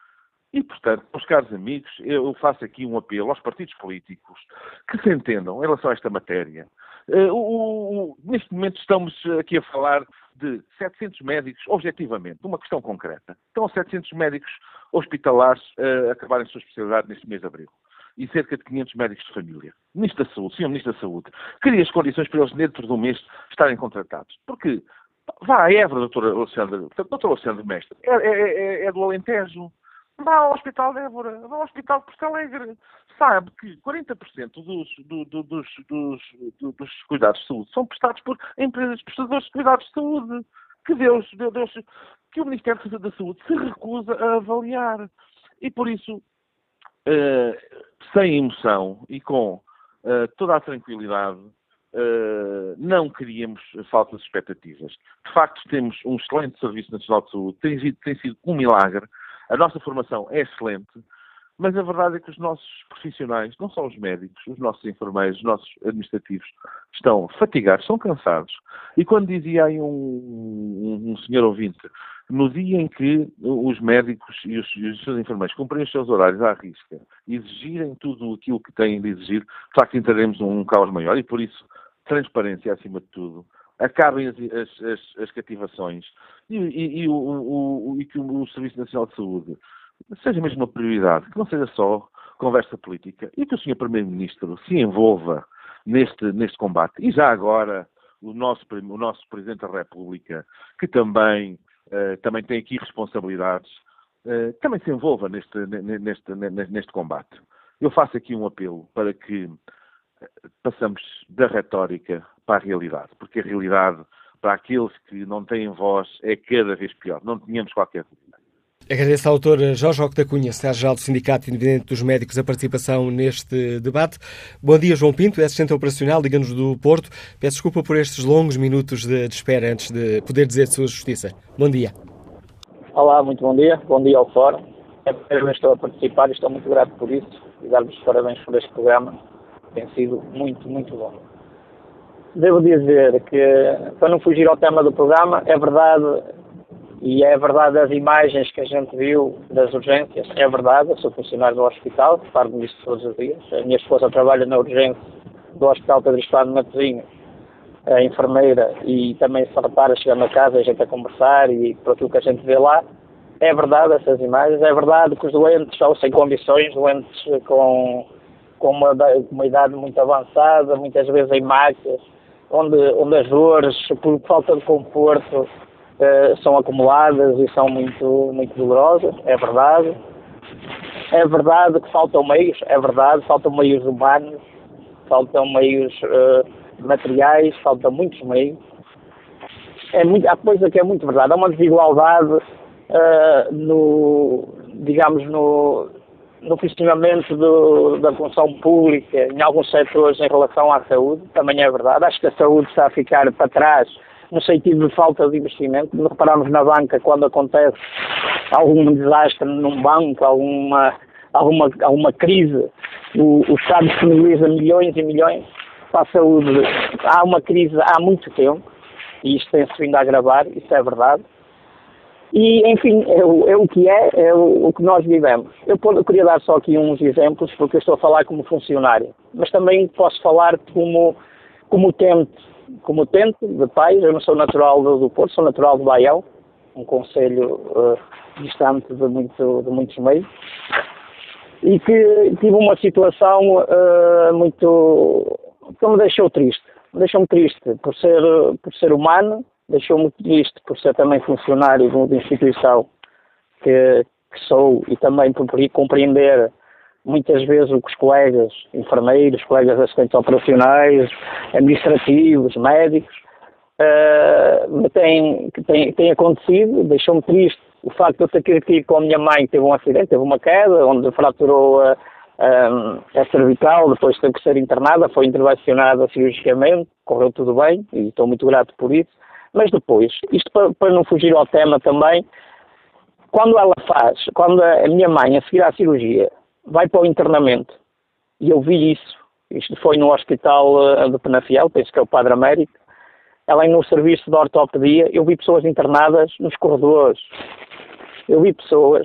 E, portanto, meus caros amigos, eu faço aqui um apelo aos partidos políticos que se entendam em relação a esta matéria. Uh, o, o, neste momento estamos aqui a falar de setecentos médicos, objetivamente, uma questão concreta. Estão setecentos médicos hospitalares a uh, acabarem a sua especialidade neste mês de abril. E cerca de quinhentos médicos de família. Ministro da Saúde, senhor Ministro da Saúde, cria as condições para eles, dentro do mês, estarem contratados. Porque, vá à Évora, doutora Alexandre, doutora Alexandre Mestre, é, é, é, é do Alentejo. Vá ao Hospital de Évora, vá ao Hospital de Porto Alegre. Sabe que quarenta por cento dos, do, do, dos, dos, do, dos cuidados de saúde são prestados por empresas prestadoras de cuidados de saúde. Que Deus, Deus, Deus, que o Ministério da Saúde se recusa a avaliar. E por isso, uh, sem emoção e com uh, toda a tranquilidade, uh, não queríamos falsas expectativas. De facto, temos um excelente Serviço Nacional de Saúde, tem, tem sido um milagre. A nossa formação é excelente, mas a verdade é que os nossos profissionais, não só os médicos, os nossos enfermeiros, os nossos administrativos, estão fatigados, estão cansados. E quando dizia aí um, um, um senhor ouvinte, no dia em que os médicos e os, e os seus enfermeiros cumprem os seus horários à risca, exigirem tudo aquilo que têm de exigir, de facto entraremos num caos maior. E por isso, transparência acima de tudo. Acabem as, as, as, as cativações e, e, e, o, o, o, e que o Serviço Nacional de Saúde seja mesmo uma prioridade, que não seja só conversa política e que o senhor Primeiro-Ministro se envolva neste, neste combate. E já agora o nosso, o nosso Presidente da República, que também, uh, também tem aqui responsabilidades, uh, também se envolva neste, neste, neste, neste combate. Eu faço aqui um apelo para que passamos da retórica para a realidade, porque a realidade, para aqueles que não têm voz, é cada vez pior. Não tínhamos qualquer dúvida. Agradeço ao doutor Jorge Roque da Cunha, secretário-geral do Sindicato Independente dos Médicos, a participação neste debate. Bom dia, João Pinto, é assistente operacional, Liga-nos do Porto. Peço desculpa por estes longos minutos de, de espera antes de poder dizer de sua justiça. Bom dia. Olá, muito bom dia. Bom dia ao Fórum. É a primeira vez que estou a participar e estou muito grato por isso e dar-vos parabéns por este programa. Tem sido muito, muito bom. Devo dizer que, para não fugir ao tema do programa, é verdade, e é verdade as imagens que a gente viu das urgências, é verdade, eu sou funcionário do hospital, falo disso todos os dias. A minha esposa trabalha na urgência do Hospital Pedro Estevão de Matosinhos, a enfermeira, e também se repara, chegando a casa, a gente a conversar e por aquilo que a gente vê lá. É verdade essas imagens, é verdade que os doentes estão sem condições, doentes com... com uma, uma idade muito avançada, muitas vezes em macas, onde, onde as dores, por falta de conforto, eh, são acumuladas e são muito, muito dolorosas, é verdade. É verdade que faltam meios, é verdade, faltam meios humanos, faltam meios eh, materiais, faltam muitos meios. É muito, há coisa que é muito verdade, há uma desigualdade eh, no, digamos, no... no questionamento do, da função pública em alguns setores em relação à saúde, também é verdade. Acho que a saúde está a ficar para trás no sentido de falta de investimento. Reparamos na banca quando acontece algum desastre num banco, alguma, alguma, alguma crise, o, o Estado disponibiliza milhões e milhões para a saúde. Há uma crise há muito tempo e isto tem-se vindo a agravar, isso é verdade. E, enfim, é o, é o que é, é o, o que nós vivemos. Eu, eu queria dar só aqui uns exemplos, porque eu estou a falar como funcionário, mas também posso falar como, como utente, como utente de pais. Eu não sou natural do, do Porto, sou natural de Baião, um concelho uh, distante de, muito, de muitos meios, e que tive uma situação uh, muito... que me deixou triste. Me deixou-me triste por ser, por ser humano, deixou-me triste por ser também funcionário de uma instituição que, que sou, e também por compreender muitas vezes o que os colegas enfermeiros, colegas assistentes operacionais, administrativos, médicos, uh, me têm, têm, têm acontecido. Deixou-me triste o facto de eu ter que ir com a minha mãe, que teve um acidente, teve uma queda, onde fraturou a, a, a cervical, depois teve que ser internada, foi intervencionada cirurgicamente, correu tudo bem, e estou muito grato por isso. Mas depois, isto para, para não fugir ao tema também, quando ela faz, quando a minha mãe, a seguir à cirurgia, vai para o internamento, e eu vi isso, isto foi no hospital uh, de Penafiel, penso que é o Padre Américo, ela no serviço de ortopedia, eu vi pessoas internadas nos corredores, eu vi pessoas,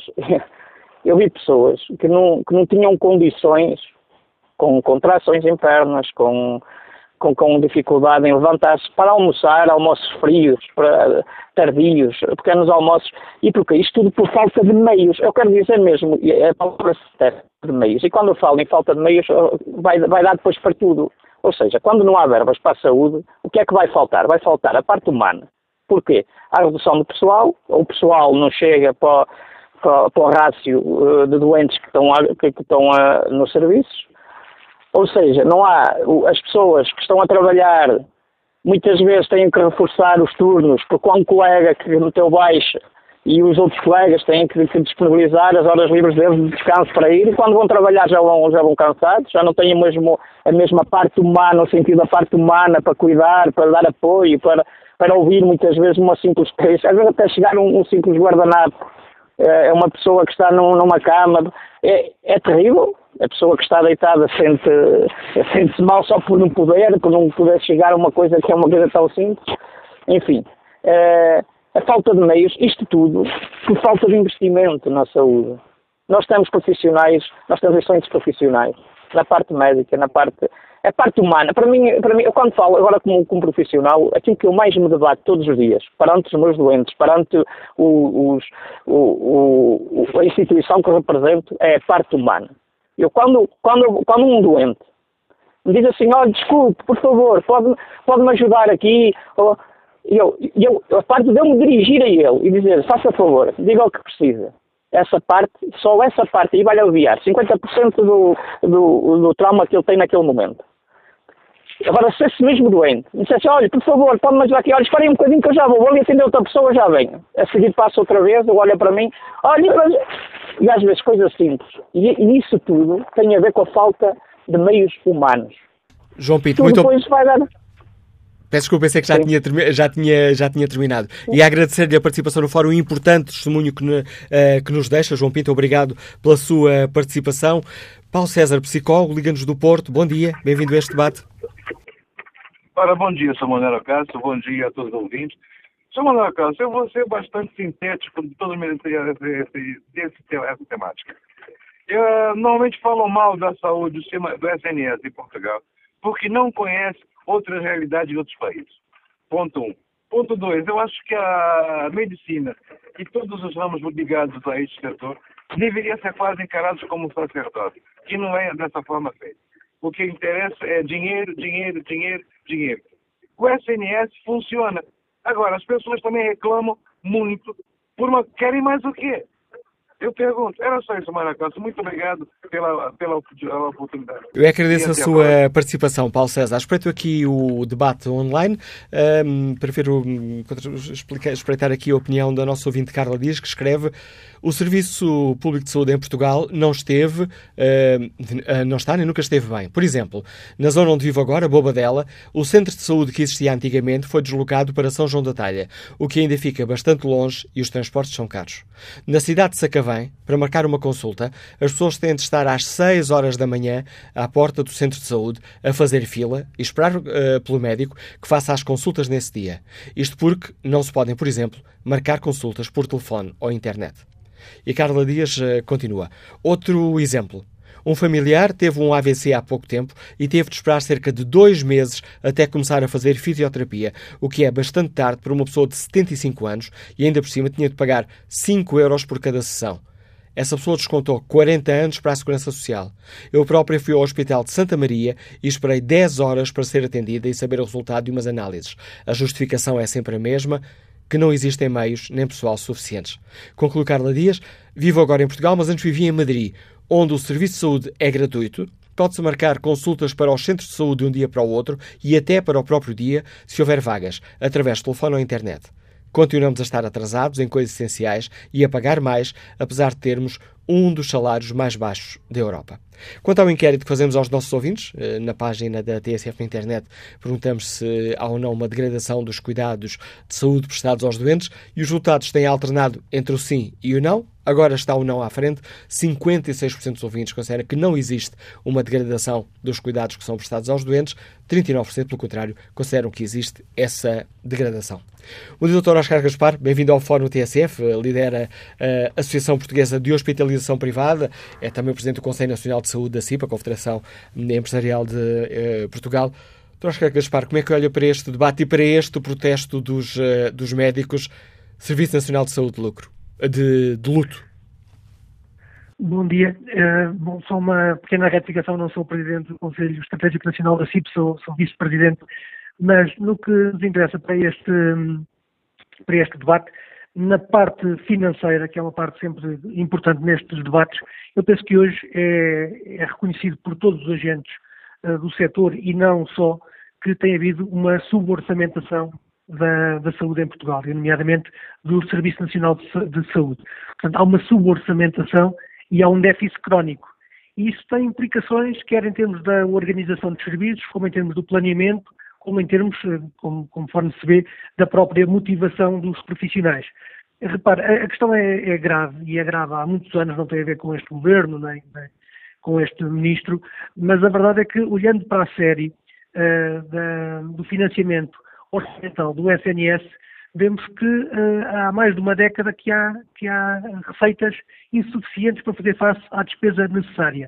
eu vi pessoas que não, que não tinham condições, com contrações em pernas, com... Com, com dificuldade em levantar-se para almoçar, almoços frios, para tardios, pequenos almoços, e porque isto tudo por falta de meios. Eu quero dizer mesmo, é a palavra certa, de meios, e quando eu falo em falta de meios, vai, vai dar depois para tudo. Ou seja, quando não há verbas para a saúde, o que é que vai faltar? Vai faltar a parte humana. Porquê? Há redução de pessoal, o pessoal não chega para, para, para o rácio de doentes que estão, a, que estão a, nos serviços. Ou seja, não há, as pessoas que estão a trabalhar muitas vezes têm que reforçar os turnos, porque há um colega que meteu baixa e os outros colegas têm que, que disponibilizar as horas livres deles de descanso para ir, e quando vão trabalhar já vão, já vão cansados, já não têm o mesmo, a mesma parte humana, o sentido da parte humana para cuidar, para dar apoio, para, para ouvir muitas vezes uma simples queixa, às vezes até chegar um, um simples guardanapo, é uma pessoa que está num, numa cama, é, é terrível. A pessoa que está deitada sente, sente-se mal só por não poder, por não poder chegar a uma coisa que é uma coisa tão simples. Enfim, é, a falta de meios, isto tudo, por falta de investimento na saúde. Nós temos profissionais, nós temos excelentes profissionais, na parte médica, na parte, a parte humana. Para mim, para mim, eu quando falo agora como, como profissional, aquilo que eu mais me debato todos os dias, perante os meus doentes, perante o, os, o, o, a instituição que eu represento, é a parte humana. Eu, quando, quando, quando um doente me diz assim, olha, desculpe, por favor, pode-me pode ajudar aqui, ou, eu, eu, a parte de eu me dirigir a ele e dizer, faça favor, diga o que precisa. Essa parte, só essa parte aí vai aliviar cinquenta por cento do, do, do trauma que ele tem naquele momento. Agora, se esse mesmo doente me dissesse, olha, por favor, pode-me ajudar aqui, olha, esperem um bocadinho que eu já vou, vou ali atender outra pessoa, já venho. A seguir passa outra vez, ou olha para mim, olha, e às vezes coisas simples. E, e isso tudo tem a ver com a falta de meios humanos. João Pinto, tudo muito... depois vai dar... Peço desculpa, pensei que já tinha, já, tinha, já tinha terminado. E agradecer-lhe a participação no fórum, um importante testemunho que, uh, que nos deixa. João Pinto, obrigado pela sua participação. Paulo César, psicólogo, Liga-nos do Porto. Bom dia, bem-vindo a este debate. Ora, bom dia, sou Manuel Acácio, bom dia a todos os ouvintes. Sou Manuel Acácio, eu vou ser bastante sintético de toda essa temática. Eu normalmente falo mal da saúde do S N S em Portugal, porque não conhece outras realidades de outros países. Ponto um. Ponto dois, eu acho que a medicina e todos os ramos ligados a este setor deveriam ser quase encarados como sacerdote, que não é dessa forma feita. O que interessa é dinheiro, dinheiro, dinheiro, dinheiro. O S N S funciona. Agora, as pessoas também reclamam muito, por uma... querem mais o quê? Eu pergunto, era só isso, Maracanã. Muito obrigado pela, pela, pela oportunidade. Eu agradeço a sua a participação, Paulo César. Espreito aqui o debate online. Um, prefiro um, explicar, espreitar aqui a opinião da nossa ouvinte Carla Dias, que escreve: o Serviço Público de Saúde em Portugal não esteve, uh, não está nem nunca esteve bem. Por exemplo, na zona onde vivo agora, Bobadela, o centro de saúde que existia antigamente foi deslocado para São João da Talha, o que ainda fica bastante longe e os transportes são caros. Na cidade de Sacavém, vem, para marcar uma consulta, as pessoas têm de estar às seis horas da manhã à porta do centro de saúde a fazer fila e esperar uh, pelo médico que faça as consultas nesse dia. Isto porque não se podem, por exemplo, marcar consultas por telefone ou internet. E a Carla Dias uh, continua. Outro exemplo. Um familiar teve um A V C há pouco tempo e teve de esperar cerca de dois meses até começar a fazer fisioterapia, o que é bastante tarde para uma pessoa de setenta e cinco anos e ainda por cima tinha de pagar cinco euros por cada sessão. Essa pessoa descontou quarenta anos para a Segurança Social. Eu própria fui ao Hospital de Santa Maria e esperei dez horas para ser atendida e saber o resultado de umas análises. A justificação é sempre a mesma, que não existem meios nem pessoal suficientes. Conclui Carla Dias, vivo agora em Portugal, mas antes vivia em Madrid, onde o serviço de saúde é gratuito, pode-se marcar consultas para os centros de saúde de um dia para o outro e até para o próprio dia, se houver vagas, através de telefone ou internet. Continuamos a estar atrasados em coisas essenciais e a pagar mais, apesar de termos um dos salários mais baixos da Europa. Quanto ao inquérito que fazemos aos nossos ouvintes, na página da T S F na internet, perguntamos se há ou não uma degradação dos cuidados de saúde prestados aos doentes e os resultados têm alternado entre o sim e o não. Agora está o não à frente. cinquenta e seis por cento dos ouvintes consideram que não existe uma degradação dos cuidados que são prestados aos doentes. trinta e nove por cento, pelo contrário, consideram que existe essa degradação. O doutor Oscar Gaspar, bem-vindo ao Fórum T S F, lidera a Associação Portuguesa de Hospitalização Privada, é também o Presidente do Conselho Nacional de Saúde da C I P, a Confederação Empresarial de eh, Portugal. doutor Oscar Gaspar, como é que olha para este debate e para este protesto dos, eh, dos médicos, Serviço Nacional de Saúde de Lucro? De, de luto. Bom dia. Uh, bom, só uma pequena retificação, não sou Presidente do Conselho Estratégico Nacional da C I P, sou, sou Vice-Presidente, mas no que nos interessa para este, para este debate, na parte financeira, que é uma parte sempre importante nestes debates, eu penso que hoje é, é reconhecido por todos os agentes uh, do setor e não só, que tem havido uma suborçamentação Da, da saúde em Portugal, e nomeadamente do Serviço Nacional de, de Saúde. Portanto, há uma suborçamentação e há um déficit crónico. E isso tem implicações, quer em termos da organização dos serviços, como em termos do planeamento, como em termos, como, conforme se vê, da própria motivação dos profissionais. Repare, a, a questão é, é grave, e é grave há muitos anos, não tem a ver com este governo, nem, nem com este ministro, mas a verdade é que, olhando para a série uh, da, do financiamento orçamental do S N S, vemos que uh, há mais de uma década que há, que há receitas insuficientes para fazer face à despesa necessária.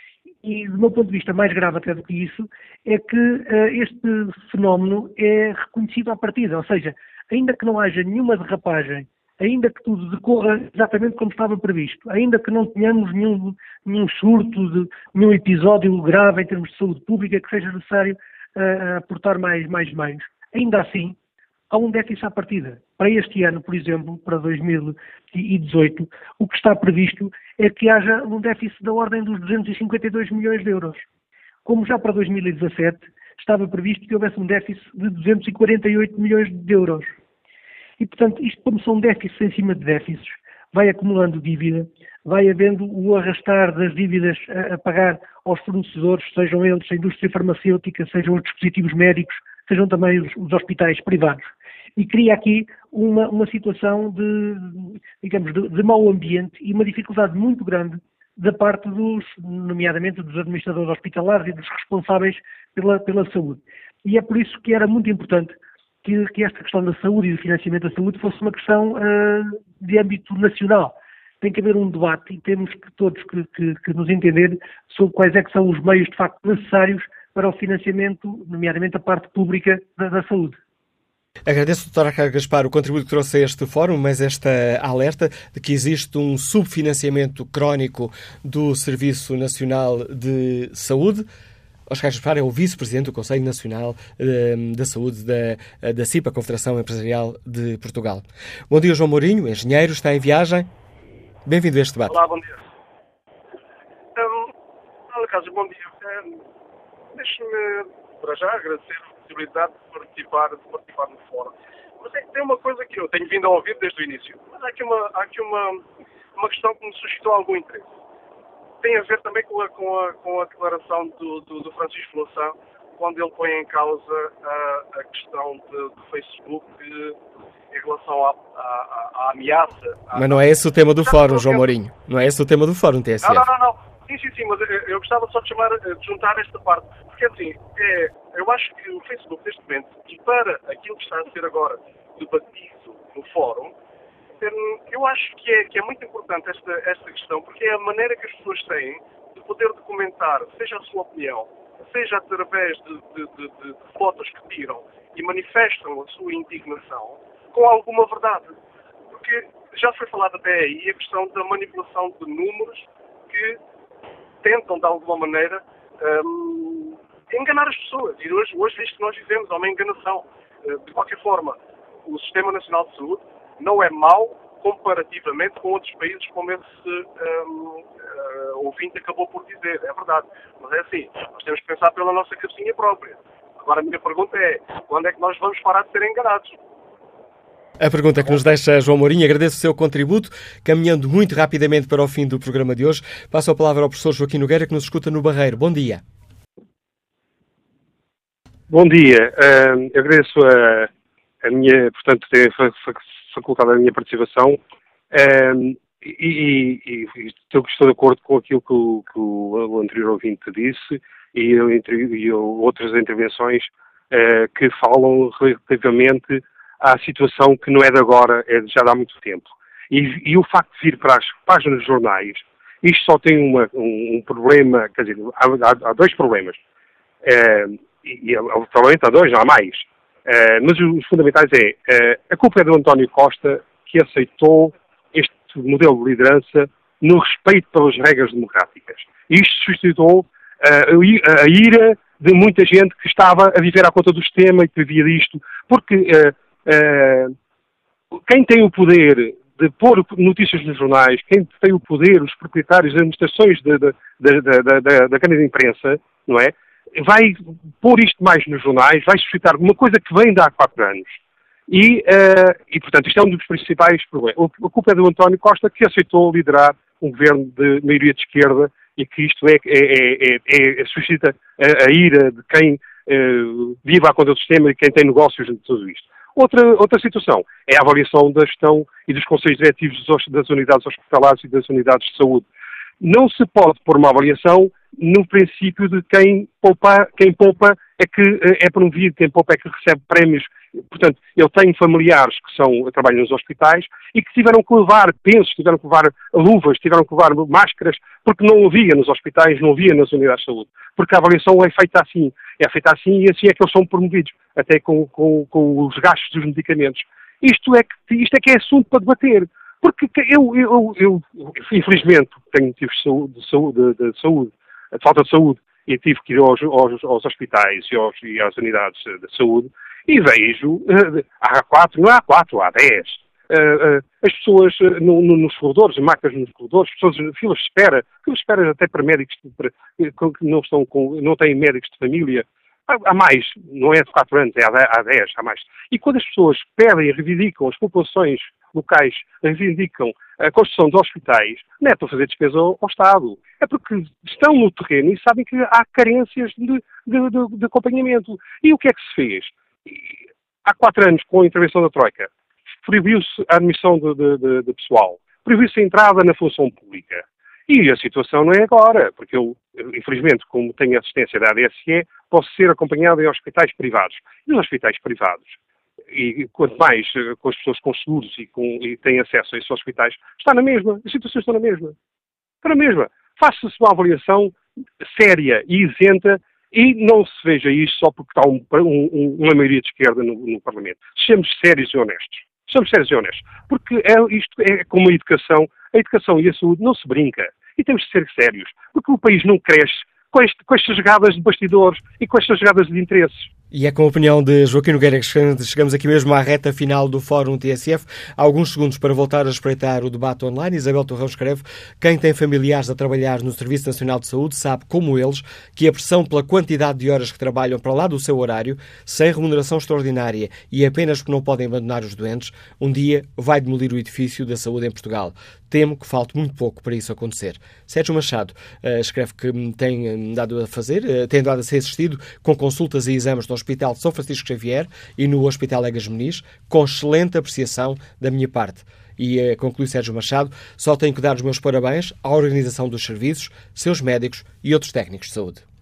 E, do meu ponto de vista, mais grave até do que isso, é que uh, este fenómeno é reconhecido à partida, ou seja, ainda que não haja nenhuma derrapagem, ainda que tudo decorra exatamente como estava previsto, ainda que não tenhamos nenhum, nenhum surto, de, nenhum episódio grave em termos de saúde pública que seja necessário uh, aportar mais, mais meios, ainda assim, há um déficit à partida. Para este ano, por exemplo, para dois mil e dezoito, o que está previsto é que haja um déficit da ordem dos duzentos e cinquenta e dois milhões de euros. Como já para dois mil e dezassete estava previsto que houvesse um déficit de duzentos e quarenta e oito milhões de euros. E, portanto, isto como são déficits em cima de déficits, vai acumulando dívida, vai havendo o arrastar das dívidas a, a pagar aos fornecedores, sejam eles a indústria farmacêutica, sejam os dispositivos médicos, sejam também os, os hospitais privados. E cria aqui uma, uma situação de, digamos, de, de mau ambiente e uma dificuldade muito grande da parte dos, nomeadamente dos administradores hospitalares e dos responsáveis pela, pela saúde. E é por isso que era muito importante que, que esta questão da saúde e do financiamento da saúde fosse uma questão uh, de âmbito nacional. Tem que haver um debate e temos que todos que, que, que nos entender sobre quais é que são os meios de facto necessários para o financiamento, nomeadamente a parte pública da, da saúde. Agradeço, doutor Oscar Gaspar, o contributo que trouxe a este fórum, mas esta alerta de que existe um subfinanciamento crónico do Serviço Nacional de Saúde. Oscar Gaspar é o vice-presidente do Conselho Nacional eh, da Saúde da, da C I P, a Confederação Empresarial de Portugal. Bom dia, João Mourinho, engenheiro, está em viagem. Bem-vindo a este debate. Olá, bom dia. Um, olha, Carlos, bom dia. Um, Deixe-me, para já, agradecer a possibilidade de participar, de participar no fórum. Mas é que tem uma coisa que eu tenho vindo a ouvir desde o início. Mas há aqui uma, há aqui uma, uma questão que me suscitou algum interesse. Tem a ver também com a, com a, com a declaração do, do, do Francisco Louçã, quando ele põe em causa a, a questão de, do Facebook e relação à, à, à ameaça... À... Mas não é esse o tema do fórum, João Mourinho. Não é esse o tema do fórum, T S F. Não, não, não, não. Sim, sim, sim, mas eu, eu gostava só de, chamar, de juntar esta parte. Porque, assim, é, eu acho que o Facebook, neste momento, e para aquilo que está a ser agora debatido no fórum, eu acho que é, que é muito importante esta, esta questão, porque é a maneira que as pessoas têm de poder documentar, seja a sua opinião, seja através de, de, de, de fotos que tiram e manifestam a sua indignação com alguma verdade. Porque já foi falado até aí a questão da manipulação de números que tentam, de alguma maneira, um, enganar as pessoas. E hoje, hoje isto que nós vivemos é uma enganação. De qualquer forma, o Sistema Nacional de Saúde não é mau comparativamente com outros países, como esse um, uh, ouvinte acabou por dizer. É verdade. Mas é assim, nós temos que pensar pela nossa cabecinha própria. Agora a minha pergunta é, quando é que nós vamos parar de ser enganados? A pergunta que nos deixa João Mourinho, agradeço o seu contributo, caminhando muito rapidamente para o fim do programa de hoje. Passo a palavra ao professor Joaquim Nogueira, que nos escuta no Barreiro. Bom dia. Bom dia. Uh, eu agradeço a, a minha, portanto, ter facultado a minha participação uh, e, e, e estou, estou de acordo com aquilo que o, que o anterior ouvinte disse e, e outras intervenções uh, que falam relativamente à situação que não é de agora, é de já há muito tempo. E, e o facto de vir para as páginas dos jornais, isto só tem uma, um, um problema, quer dizer, há, há, há dois problemas. Uh, e, e provavelmente há dois, não há mais. Uh, mas os fundamentais é, uh, a culpa é do António Costa, que aceitou este modelo de liderança no respeito pelas regras democráticas. E isto suscitou uh, a ira de muita gente que estava a viver à conta do sistema e que vivia disto, porque uh, uh, quem tem o poder de pôr notícias nos jornais, quem tem o poder, os proprietários das administrações da, da, da, da, da, da Câmara de Imprensa, não é? Vai pôr isto mais nos jornais, vai suscitar uma coisa que vem de há quatro anos. E, uh, e, portanto, isto é um dos principais problemas. A culpa é do António Costa, que aceitou liderar um governo de maioria de esquerda e que isto é, é, é, é suscita a, a ira de quem uh, vive à conta do sistema e quem tem negócios de tudo isto. Outra, outra situação é a avaliação da gestão e dos conselhos diretivos das unidades hospitalares e das unidades de saúde. Não se pode pôr uma avaliação no princípio de quem poupa, quem poupa é que é promovido, quem poupa é que recebe prémios. Portanto, eu tenho familiares que são, trabalham nos hospitais e que tiveram que levar pensos, tiveram que levar luvas, tiveram que levar máscaras, porque não havia nos hospitais, não havia nas unidades de saúde. Porque a avaliação é feita assim. É feita assim e assim é que eles são promovidos, até com, com, com os gastos dos medicamentos. Isto é, que, isto é que é assunto para debater. Porque eu, eu, eu, eu infelizmente, tenho motivos de saúde, de saúde, de saúde, de falta de saúde, e tive que ir aos, aos, aos hospitais e, aos, e às unidades de saúde, e vejo, uh, há quatro, não há quatro, há dez, uh, uh, as pessoas uh, no, no, nos corredores, máquinas nos corredores, pessoas em filas de espera, filas de espera até para médicos para, que não, estão com, não têm médicos de família, há, há mais, não é de quatro anos, é há dez, há mais. E quando as pessoas pedem e reivindicam, as populações locais reivindicam a construção de hospitais, não é para fazer despesa ao, ao Estado. É porque estão no terreno e sabem que há carências de, de, de, de acompanhamento. E o que é que se fez? Há quatro anos, com a intervenção da Troika, proibiu-se a admissão de, de, de, de pessoal. Proibiu-se a entrada na função pública. E a situação não é agora, porque eu, infelizmente, como tenho assistência da A D S E, posso ser acompanhado em hospitais privados. E nos hospitais privados, e quanto mais com as pessoas com seguros e, com, e têm acesso a esses hospitais, está na mesma. As situações estão na mesma. Está na mesma. Faça-se uma avaliação séria e isenta e não se veja isso só porque está um, um, uma maioria de esquerda no, no Parlamento. Sejamos sérios e honestos. Sejamos sérios e honestos. Porque é, isto é como a educação. A educação e a saúde não se brinca. E temos de ser sérios. Porque o país não cresce com, este, com estas jogadas de bastidores e com estas jogadas de interesses. E é com a opinião de Joaquim Nogueira que chegamos aqui mesmo à reta final do Fórum T S F. Há alguns segundos para voltar a espreitar o debate online. Isabel Torrão escreve: quem tem familiares a trabalhar no Serviço Nacional de Saúde sabe, como eles, que a pressão pela quantidade de horas que trabalham para lá do seu horário, sem remuneração extraordinária e apenas porque não podem abandonar os doentes, um dia vai demolir o edifício da saúde em Portugal. Temo que falte muito pouco para isso acontecer. Sérgio Machado uh, escreve que tem dado a fazer, uh, tem dado a ser assistido com consultas e exames no Hospital São Francisco Xavier e no Hospital Egas Muniz, com excelente apreciação da minha parte. E, eh, conclui Sérgio Machado, só tenho que dar os meus parabéns à organização dos serviços, seus médicos e outros técnicos de saúde.